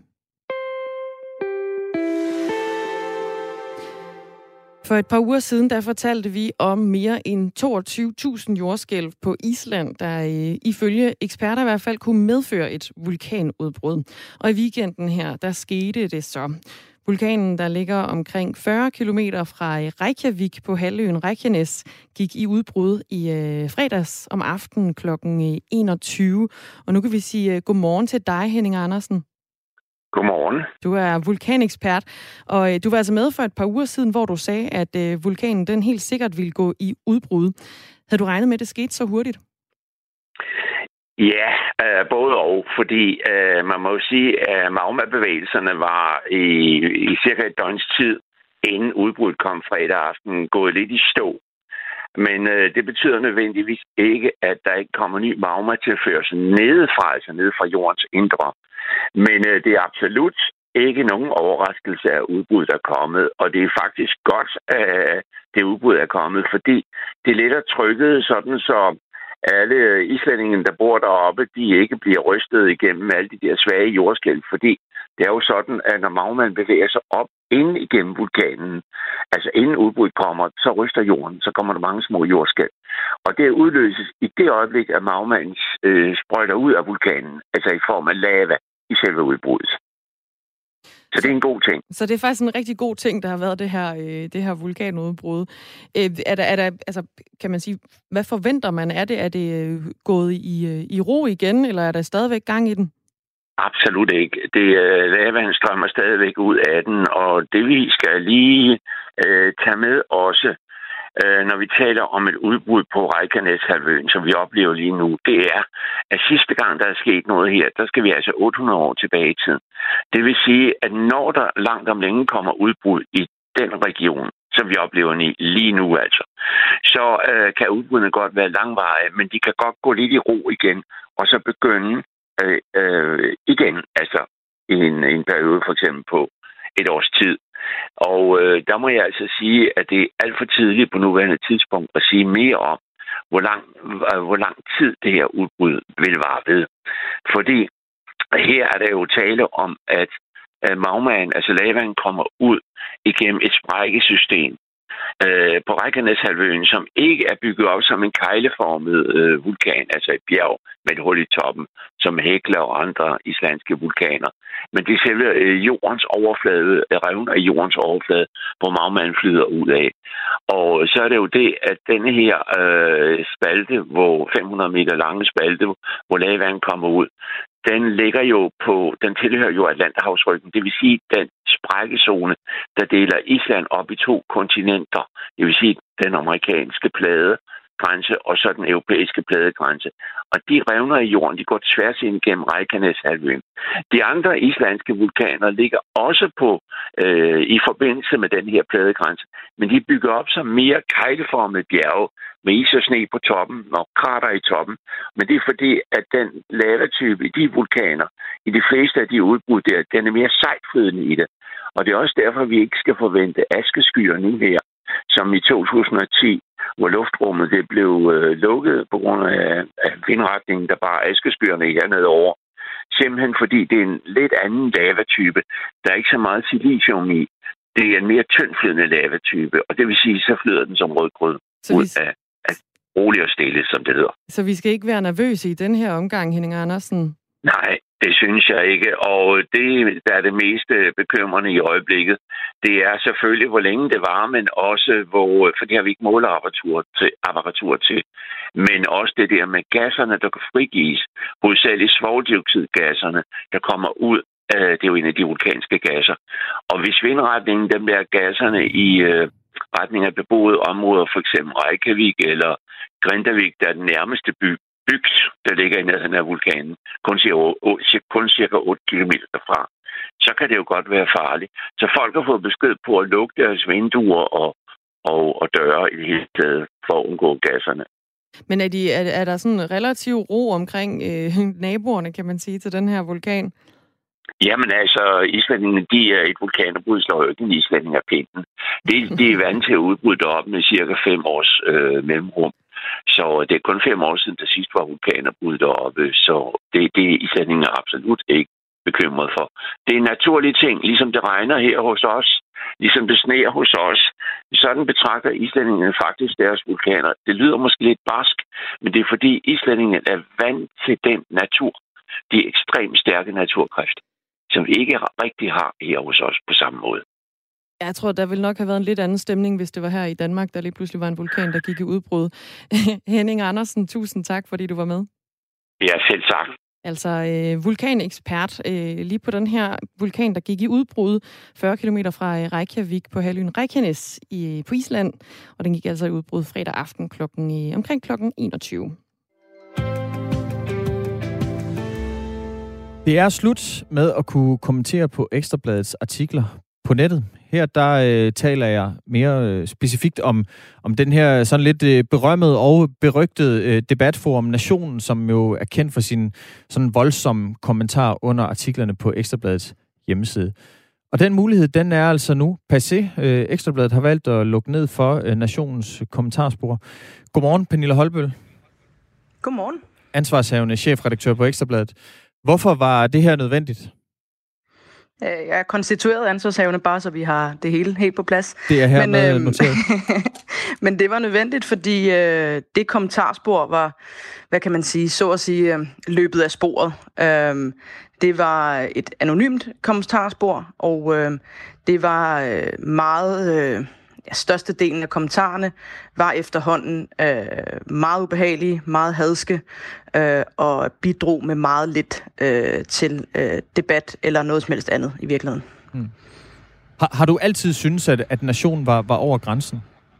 For et par uger siden, der fortalte vi om mere end 22.000 jordskælv på Island, der ifølge eksperter i hvert fald kunne medføre et vulkanudbrud. Og i weekenden her, der skete det så. Vulkanen, der ligger omkring 40 kilometer fra Reykjavik på halvøen Reykjanes, gik i udbrud i fredags om aftenen kl. 21. Og nu kan vi sige godmorgen til dig, Henning Andersen. Godmorgen. Du er vulkanekspert, og du var altså med for et par uger siden, hvor du sagde, at vulkanen den helt sikkert ville gå i udbrud. Havde du regnet med, at det skete så hurtigt? Ja, både og, fordi man må jo sige, at magmabevægelserne var i cirka et døgns tid, inden udbruddet kom fredag aften, gået lidt i stå. Men det betyder nødvendigvis ikke, at der ikke kommer ny magmatilførsel nedefra, altså nede fra jordens indre. Men det er absolut ikke nogen overraskelse af udbruddet er kommet, og det er faktisk godt, at det udbrud er kommet, fordi det letter trykket sådan, så alle islændingene, der bor deroppe, de ikke bliver rystet igennem alle de der svage jordskælv, fordi det er jo sådan, at når magmaen bevæger sig op inden igennem vulkanen, altså inden udbruddet kommer, så ryster jorden, så kommer der mange små jordskælv. Og det udløses i det øjeblik, at magmaen sprøjter ud af vulkanen, altså i form af lava i selve udbruddet. Så det er en god ting. Så det er faktisk en rigtig god ting, der har været det her vulkanudbrud. Er der, altså, kan man sige, hvad forventer man? Er det gået i ro igen, eller er der stadigvæk gang i den? Absolut ikke. Lavaen strømmer stadigvæk ud af den, og det vi skal lige tage med også, når vi taler om et udbrud på Reykjaneshalvøen, som vi oplever lige nu, det er, at sidste gang, der er sket noget her, der skal vi altså 800 år tilbage i tiden. Det vil sige, at når der langt om længe kommer udbrud i den region, som vi oplever lige nu altså, så kan udbruddene godt være langvarige, men de kan godt gå lidt i ro igen, og så begynde igen, altså i en periode for eksempel på et års tid. Og der må jeg altså sige, at det er alt for tidligt på nuværende tidspunkt at sige mere om, hvor lang tid det her udbrud vil vare ved. Fordi her er der jo tale om, at magmaen, altså lavaen, kommer ud igennem et sprækkesystem på Reykjaneshalvøen, som ikke er bygget op som en kegleformet vulkan, altså et bjerg med et hul i toppen, som Hekla og andre islandske vulkaner. Men det er selve jordens overflade, revner i jordens overflade, hvor magmaen flyder ud af. Og så er det jo det, at denne her spalte, hvor 500 meter lange spalte, hvor lavaen kommer ud, den tilhører jo Atlanterhavsryggen. Det vil sige, den sprækkezone, der deler Island op i 2 kontinenter. Det vil sige, den amerikanske pladegrænse og så den europæiske pladegrænse. Og de revner i jorden, de går tværs ind gennem Reykjaneshalvøen. De andre islandske vulkaner ligger også i forbindelse med den her pladegrænse, men de bygger op som mere kegleformede bjerge med is og sne på toppen og krater i toppen. Men det er fordi, at den lavatype i de vulkaner, i de fleste af de udbrud der, den er mere sejtflydende i det. Og det er også derfor, vi ikke skal forvente askeskyer nu her, som i 2010, hvor luftrummet det blev lukket på grund af vindretningen, der bare askeskyerne hernede over. Simpelthen fordi det er en lidt anden lavatype. Der er ikke så meget silicium i. Det er en mere tyndflydende lavatype, og det vil sige, så flyder den som rødgrød ud af rolig og stille, som det hedder. Så vi skal ikke være nervøse i den her omgang, Henning Andersen? Nej, det synes jeg ikke. Og det, der er det mest bekymrende i øjeblikket, det er selvfølgelig, hvor længe det var, men også, for det har vi ikke måleapparatur til. Men også det der med gasserne, der kan frigives, hovedsageligt svovldioxidgasserne, der kommer ud. Det er jo en af de vulkanske gasser. Og hvis vindretningen, dem der gasserne i retning af beboede områder, for eksempel Reykjavik eller Grindavik, der er den nærmeste bygd, der ligger i nærheden af vulkanen, kun cirka 8 kilometer derfra, så kan det jo godt være farligt. Så folk har fået besked på at lukke deres vinduer og døre i det hele taget for at undgå gasserne. Men er der sådan relativ ro omkring naboerne, kan man sige, til den her vulkan? Jamen altså, islændingene, de er et vulkanudbrud, slår jo ikke en islænding af pinden. De er vant til at udbryde op med cirka 5 års mellemrum. Så det er kun 5 år siden, der sidst var vulkanudbrud deroppe, så det er islændingene absolut ikke bekymret for. Det er en naturlig ting, ligesom det regner her hos os, ligesom det sneer hos os. Sådan betragter islændingene faktisk deres vulkaner. Det lyder måske lidt barsk, men det er fordi islændingene er vant til den natur. De ekstremt stærke naturkræfter, som vi ikke rigtig har her hos os på samme måde. Jeg tror, der ville nok have været en lidt anden stemning, hvis det var her i Danmark, der lige pludselig var en vulkan, der gik i udbrud. Henning Andersen, tusind tak, fordi du var med. Ja, selv tak. Altså vulkanekspert lige på den her vulkan, der gik i udbrud 40 km fra Reykjavik på halvøen Reykjanes på Island. Og den gik altså i udbrud fredag aften omkring klokken 21. Det er slut med at kunne kommentere på Ekstrabladets artikler på nettet. Her der taler jeg mere specifikt om den her sådan lidt berømmede og berygtede debatforum Nationen, som jo er kendt for sin sådan voldsomme kommentar under artiklerne på Ekstrabladets hjemmeside. Og den mulighed, den er altså nu passé. Ekstrabladet har valgt at lukke ned for Nationens kommentarspor. Godmorgen, Pernille Holbøl. Godmorgen. Ansvarshavende chefredaktør på Ekstrabladet. Hvorfor var det her nødvendigt? Jeg er konstitueret ansvarshavende, bare så vi har det hele helt på plads. Det er hermed noteret. Men det var nødvendigt, fordi det kommentarspor var, hvad kan man sige, så at sige, løbet af sporet. Det var et anonymt kommentarspor, og det var meget... størstedelen af kommentarerne var efterhånden meget ubehagelige, meget hadske og bidrog med meget lidt til debat eller noget som helst andet i virkeligheden. Har du altid syntes, at Nationen var over grænsen?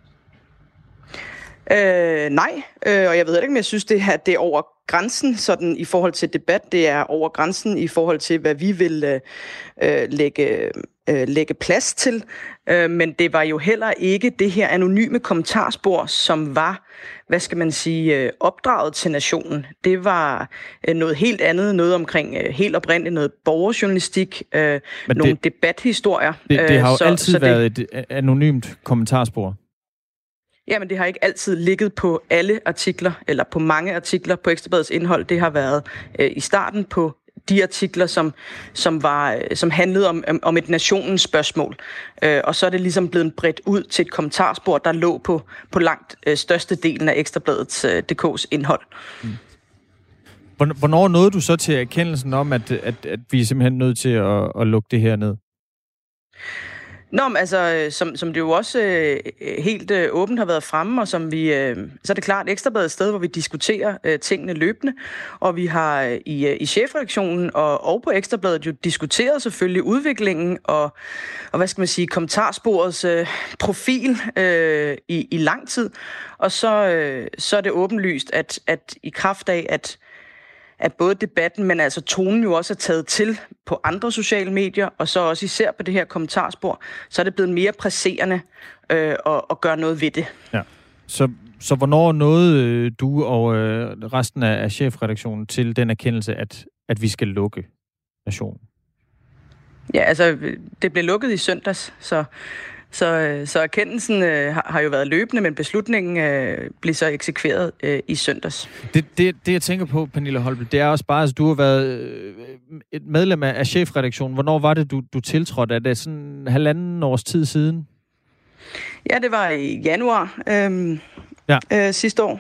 Nej, og jeg ved ikke, om jeg synes, det er over grænsen sådan i forhold til debat. Det er over grænsen i forhold til, hvad vi vil lægge plads til. Men det var jo heller ikke det her anonyme kommentarspor, som var, hvad skal man sige, opdraget til Nationen. Det var noget helt andet, noget omkring helt oprindeligt, noget borgerjournalistik, nogle debathistorier. Det har jo altid været et anonymt kommentarspor. Jamen, det har ikke altid ligget på alle artikler, eller på mange artikler på Ekstrabladets indhold. Det har været i starten på de artikler, som handlede om et nationens spørgsmål. Og så er det ligesom blevet bredt ud til et kommentarspor, der lå på langt størstedelen af Ekstrabladets DK's indhold. Hvornår nåede du så til erkendelsen om, at vi er simpelthen nødt til at lukke det her ned? Nå, men altså, som det jo også helt åbent har været fremme, og som vi, så er det klart, Ekstrabladet er et sted, hvor vi diskuterer tingene løbende, og vi har i chefredaktionen og på Ekstrabladet jo diskuteret selvfølgelig udviklingen og hvad skal man sige, kommentarsporets profil i lang tid, og så er det åbenlyst, at i kraft af, at både debatten, men altså tonen jo også er taget til på andre sociale medier, og så også især på det her kommentarspor, så er det blevet mere presserende at gøre noget ved det. Ja. Så hvornår nåede du og resten af chefredaktionen til den erkendelse, at vi skal lukke Nationen? Ja, altså, det blev lukket i søndags, så erkendelsen har jo været løbende, men beslutningen blev så eksekveret i søndags. Det, jeg tænker på, Pernille Holbæk, det er også bare, at du har været et medlem af chefredaktionen. Hvornår var det, du tiltrådte? Er det sådan 1,5 års tid siden? Ja, det var i januar sidste år.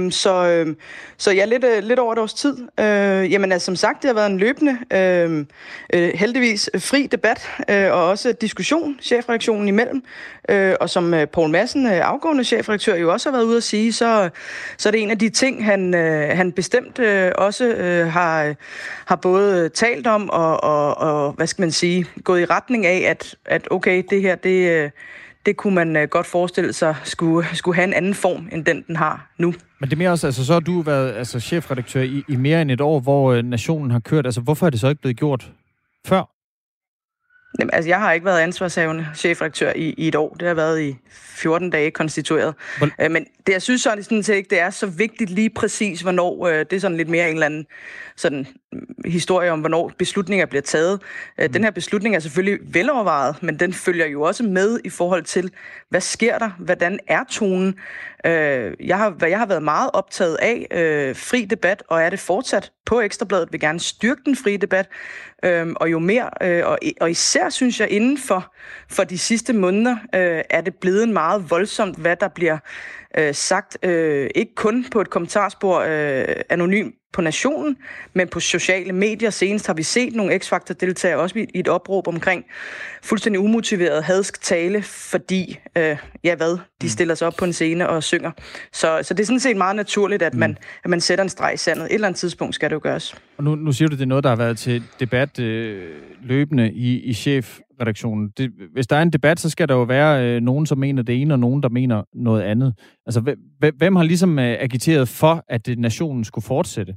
Så ja, lidt over et års tid. Jamen altså, som sagt, det har været en løbende, heldigvis fri debat og også diskussion chefredaktionen imellem. Og som Poul Madsen, afgående chefredaktør, jo også har været ude at sige, så er det en af de ting, han bestemt også har både talt om og hvad skal man sige, gået i retning af, at okay, det her, det kunne man godt forestille sig skulle have en anden form, end den har nu. Men det er mere også, altså så har du været chefredaktør i mere end et år, hvor Nationen har kørt. Altså hvorfor er det så ikke blevet gjort før? Jamen, altså jeg har ikke været ansvarshavende chefredaktør i et år. Det har været i 14 dage konstitueret. Men det, jeg synes sådan set ikke, det er så vigtigt lige præcis, hvornår. Det er sådan lidt mere en eller anden sådan historie om, hvornår beslutninger bliver taget. Den her beslutning er selvfølgelig velovervejet, men den følger jo også med i forhold til, hvad sker der? Hvordan er tonen? Jeg har været meget optaget af fri debat, og er det fortsat på Ekstrabladet, vil gerne styrke den frie debat, og jo mere, og især synes jeg inden for de sidste måneder, er det blevet meget voldsomt, hvad der bliver sagt, ikke kun på et kommentarspor anonym på Nationen, men på sociale medier. Senest har vi set nogle X-Factor-deltagere også i et opråb omkring fuldstændig umotiveret hadsk tale, fordi, de stiller sig op på en scene og synger. Så det er sådan set meget naturligt, at man sætter en streg i sandet. Et eller andet tidspunkt skal det jo gøres. Og nu siger du, det er noget, der har været til debat løbende i chefredaktionen. Hvis der er en debat, så skal der jo være nogen, som mener det ene, og nogen, der mener noget andet. Altså, hvem har ligesom agiteret for, at Nationen skulle fortsætte?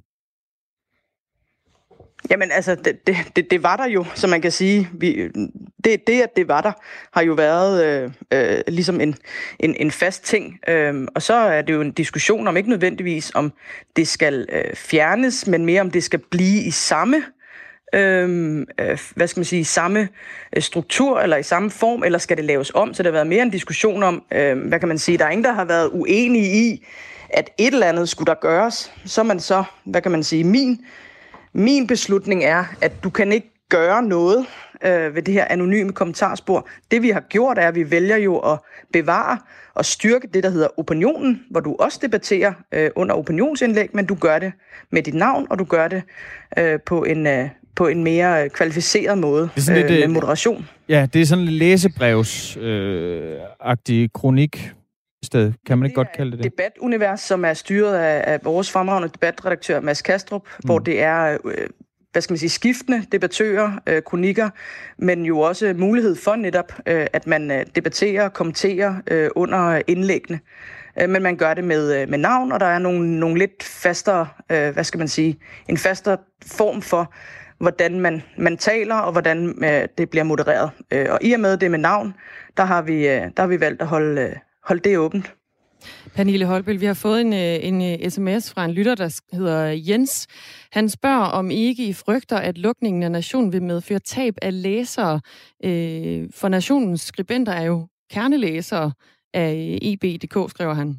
Jamen altså, det var der jo, som man kan sige. Det var der, har jo været ligesom en fast ting. Og så er det jo en diskussion om, ikke nødvendigvis om det skal fjernes, men mere om det skal blive i samme samme struktur eller i samme form, eller skal det laves om? Så det har været mere en diskussion om, hvad kan man sige, der er ingen, der har været uenige i, at et eller andet skulle der gøres. Så er man så, hvad kan man sige, min beslutning er, at du kan ikke gøre noget ved det her anonyme kommentarspor. Det vi har gjort er, at vi vælger jo at bevare og styrke det, der hedder opinionen, hvor du også debatterer under opinionsindlæg, men du gør det med dit navn, og du gør det på en mere kvalificeret måde med moderation. Ja, det er sådan en læsebrevs-agtig kronik. Sted. Kan man ikke godt kalde det? Debatunivers, som er styret af vores fremragende debatredaktør Mads Kastrup, hvor det er, skiftende debattører, kronikker, men jo også mulighed for netop, at man debatterer og kommenterer under indlæggene. Men man gør det med navn, og der er nogle lidt fastere, en fastere form for, hvordan man taler, og hvordan det bliver modereret. Og i og med det med navn, der har vi valgt at holde det åbent. Pernille Holbæk, vi har fået en sms fra en lytter, der hedder Jens. Han spørger, om ikke I frygter, at lukningen af Nationen vil medføre tab af læsere. For Nationens skribenter er jo kernelæsere af EB.dk, skriver han.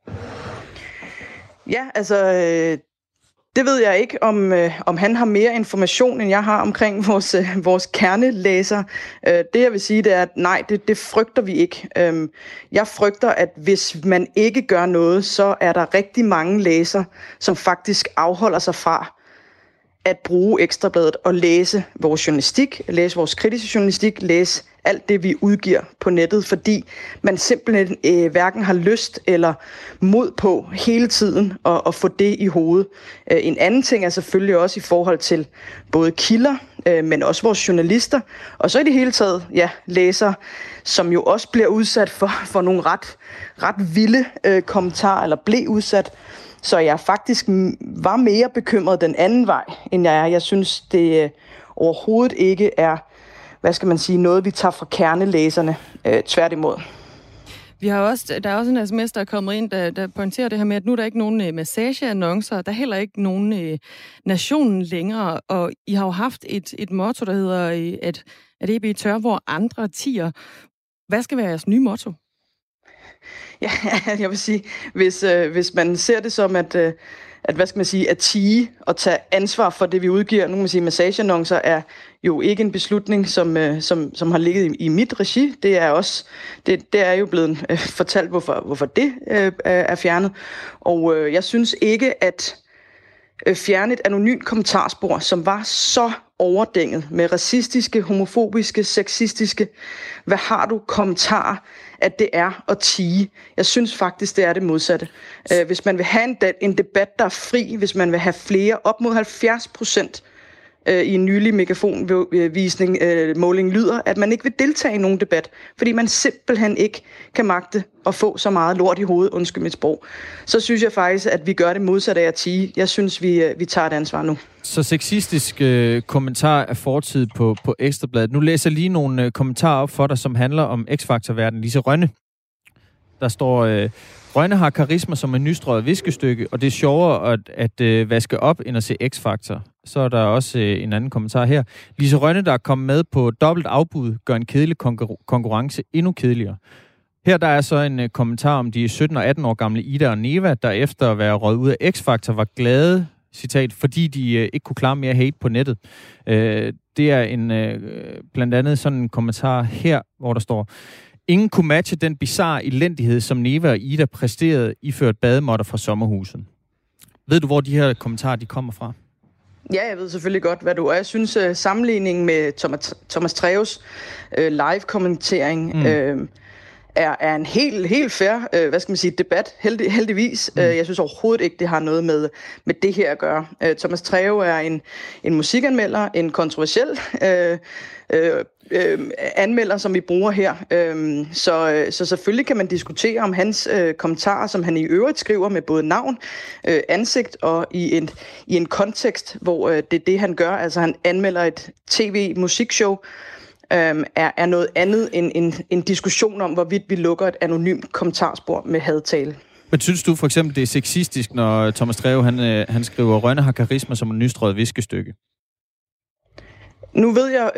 Ja, altså det ved jeg ikke, om han har mere information, end jeg har omkring vores kernelæser. Det jeg vil sige, det er, at nej, det frygter vi ikke. Jeg frygter, at hvis man ikke gør noget, så er der rigtig mange læsere, som faktisk afholder sig fra at bruge Ekstrabladet og læse vores journalistik, læse vores kritiske journalistik, læse alt det, vi udgiver på nettet, fordi man simpelthen hverken har lyst eller mod på hele tiden at få det i hovedet. En anden ting er selvfølgelig også i forhold til både kilder, men også vores journalister, og så i det hele taget, læsere, som jo også bliver udsat for nogle ret vilde kommentarer, eller blev udsat. Så jeg faktisk var mere bekymret den anden vej, end jeg er. Jeg synes, det overhovedet ikke er, noget vi tager fra kernelæserne, tværtimod. Der er også en sms, der er kommet ind, der pointerer det her med, at nu er der ikke nogen massageannoncer, der er heller ikke nogen nationen længere, og I har jo haft et motto, der hedder, at EB tør, hvor andre tier. Hvad skal være jeres nye motto? Ja, jeg vil sige, hvis man ser det som, at hvad skal man sige, at tie og tage ansvar for det, vi udgiver. Nu kan man sige, at massageannoncer er jo ikke en beslutning, som har ligget i mit regi. Det er jo blevet fortalt, hvorfor det er fjernet. Og jeg synes ikke, at fjerne et anonymt kommentarspor, som var så overdænget med racistiske, homofobiske, sexistiske. Hvad har du kommentarer, at det er at tie? Jeg synes faktisk, det er det modsatte. Hvis man vil have en debat, der er fri, hvis man vil have flere, op mod 70% i en nylig megafonvisning, måling lyder, at man ikke vil deltage i nogen debat, fordi man simpelthen ikke kan magte at få så meget lort i hovedet, undskyld mit sprog. Så synes jeg faktisk, at vi gør det modsatte af at tie. Jeg synes, vi tager et ansvar nu. Så sexistisk kommentar er fortid på Ekstrabladet. Nu læser jeg lige nogle kommentarer op for dig, som handler om X-Factor-verdenen. Lise Rønne. Der står, Rønne har karisma som en nystrøget viskestykke, og det er sjovere at vaske op, end at se X-Factor. Så er der også en anden kommentar her. Lise Rønne, der er kommet med på dobbelt afbud, gør en kedelig konkurrence endnu kedeligere. Her der er så en kommentar om de 17 og 18 år gamle Ida og Neva, der efter at være røget ud af X-Factor var glade, citat, fordi de ikke kunne klare mere hate på nettet. Det er blandt andet sådan en kommentar her, hvor der står: ingen kunne matche den bizarre elendighed, som Neva og Ida præsterede iført bademåtter fra sommerhuset. Ved du, hvor de her kommentarer de kommer fra? Ja, jeg ved selvfølgelig godt, hvad du er. Jeg synes, sammenligningen med Thomas Treves live-kommentering er en helt fair, hvad skal man sige, debat, heldigvis. Jeg synes overhovedet ikke, det har noget med det her at gøre. Thomas Treve er en musikanmelder, en kontroversiel anmelder, som vi bruger her. Så selvfølgelig kan man diskutere om hans kommentarer, som han i øvrigt skriver med både navn, ansigt og i en kontekst, hvor det er det, han gør. Altså han anmelder et tv-musikshow, er noget andet end en diskussion om, hvorvidt vi lukker et anonymt kommentarspor med hadtale. Men synes du for eksempel, det er sexistisk, når Thomas Treve, han skriver, Rønne har karisma som en nystrøget viskestykke? Nu ved jeg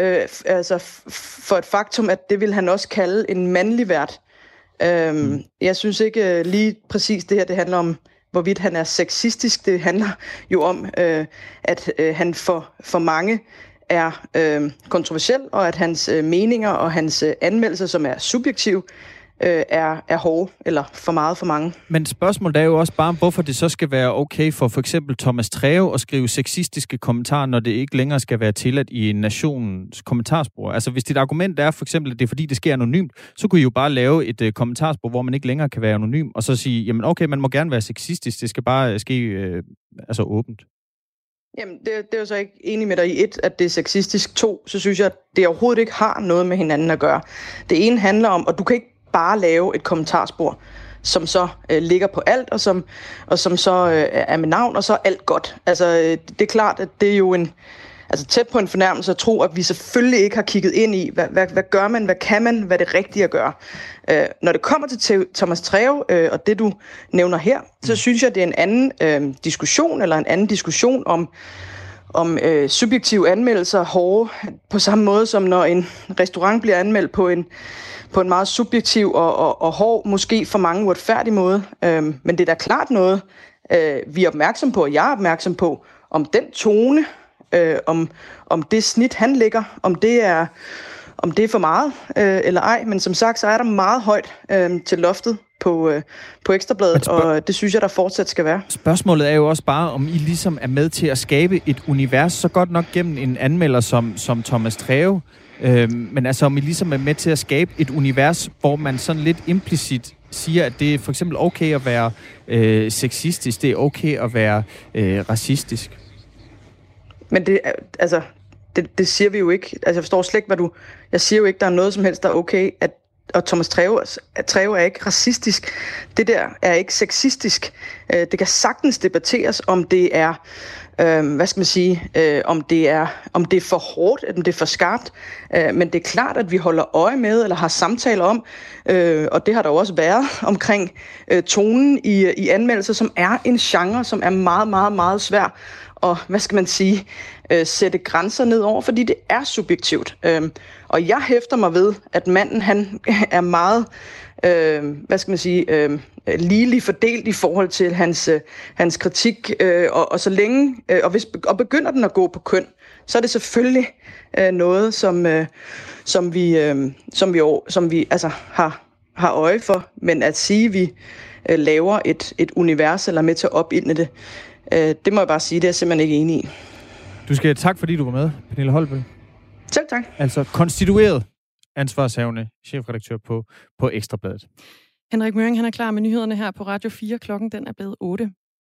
for et faktum, at det vil han også kalde en mandlig vært. Jeg synes ikke lige præcis det her, det handler om, hvorvidt han er sexistisk. Det handler jo om, at han for mange er kontroversiel, og at hans meninger og hans anmeldelser, som er subjektive, er hårde, eller for meget for mange. Men spørgsmålet er jo også bare, hvorfor det så skal være okay for eksempel Thomas Treve at skrive sexistiske kommentarer, når det ikke længere skal være tilladt i nationens kommentarspor. Altså hvis dit argument er for eksempel, at det er fordi, det sker anonymt, så kunne I jo bare lave et kommentarspor, hvor man ikke længere kan være anonym, og så sige, jamen okay, man må gerne være sexistisk, det skal bare ske åbent. Jamen, det er jo så ikke enig med dig i at det er sexistisk. 2, så synes jeg, at det overhovedet ikke har noget med hinanden at gøre. Det ene handler om, og du kan ikke bare lave et kommentarspor, som så ligger på alt, og som så er med navn, og så er alt godt. Altså, det er klart, at det er jo tæt på en fornærmelse at tro, at vi selvfølgelig ikke har kigget ind i, hvad gør man, hvad kan man, hvad er det rigtige at gøre. Når det kommer til Thomas Treve, og det du nævner her, så synes jeg, det er en anden diskussion, eller en anden diskussion om subjektive anmeldelser hårde, på samme måde som når en restaurant bliver anmeldt på en meget subjektiv og hård, måske for mange uretfærdig måde. Men det er da klart noget, vi er opmærksom på, og jeg er opmærksom på, om den tone, om det snit, han lægger, om det er for meget eller ej. Men som sagt, så er der meget højt til loftet på Ekstrabladet, og det synes jeg, der fortsat skal være. Spørgsmålet er jo også bare, om I ligesom er med til at skabe et univers, så godt nok gennem en anmelder som Thomas Treve, men altså om I ligesom er med til at skabe et univers, hvor man sådan lidt implicit siger, at det er for eksempel okay at være sexistisk, det er okay at være racistisk. Men det siger vi jo ikke. Altså jeg forstår slet ikke, jeg siger jo ikke, der er noget som helst, der er okay, og Thomas Treve er ikke racistisk. Det der er ikke sexistisk. Det kan sagtens debatteres, om det er hvad skal man sige, om det er for hårdt, om det er for skarpt. Men det er klart, at vi holder øje med, eller har samtaler om, og det har der jo også været omkring tonen i anmeldelser, som er en genre, som er meget, meget, meget svær og, hvad skal man sige, sætte grænser ned over, fordi det er subjektivt. Og jeg hæfter mig ved, at manden, han er meget, hvad skal man sige, ligeligt fordelt i forhold til hans kritik, og så længe, og begynder den at gå på køn, så er det selvfølgelig noget, som vi altså har øje for, men at sige, at vi laver et univers, eller er med til at opildne det, det må jeg bare sige, det er jeg simpelthen ikke enig i. Du skal tak, fordi du var med, Pernille Holbøll. Selv tak. Altså konstitueret ansvarshavende chefredaktør på Ekstra Bladet. Henrik Møring, han er klar med nyhederne her på Radio 4. Klokken den er blevet 8.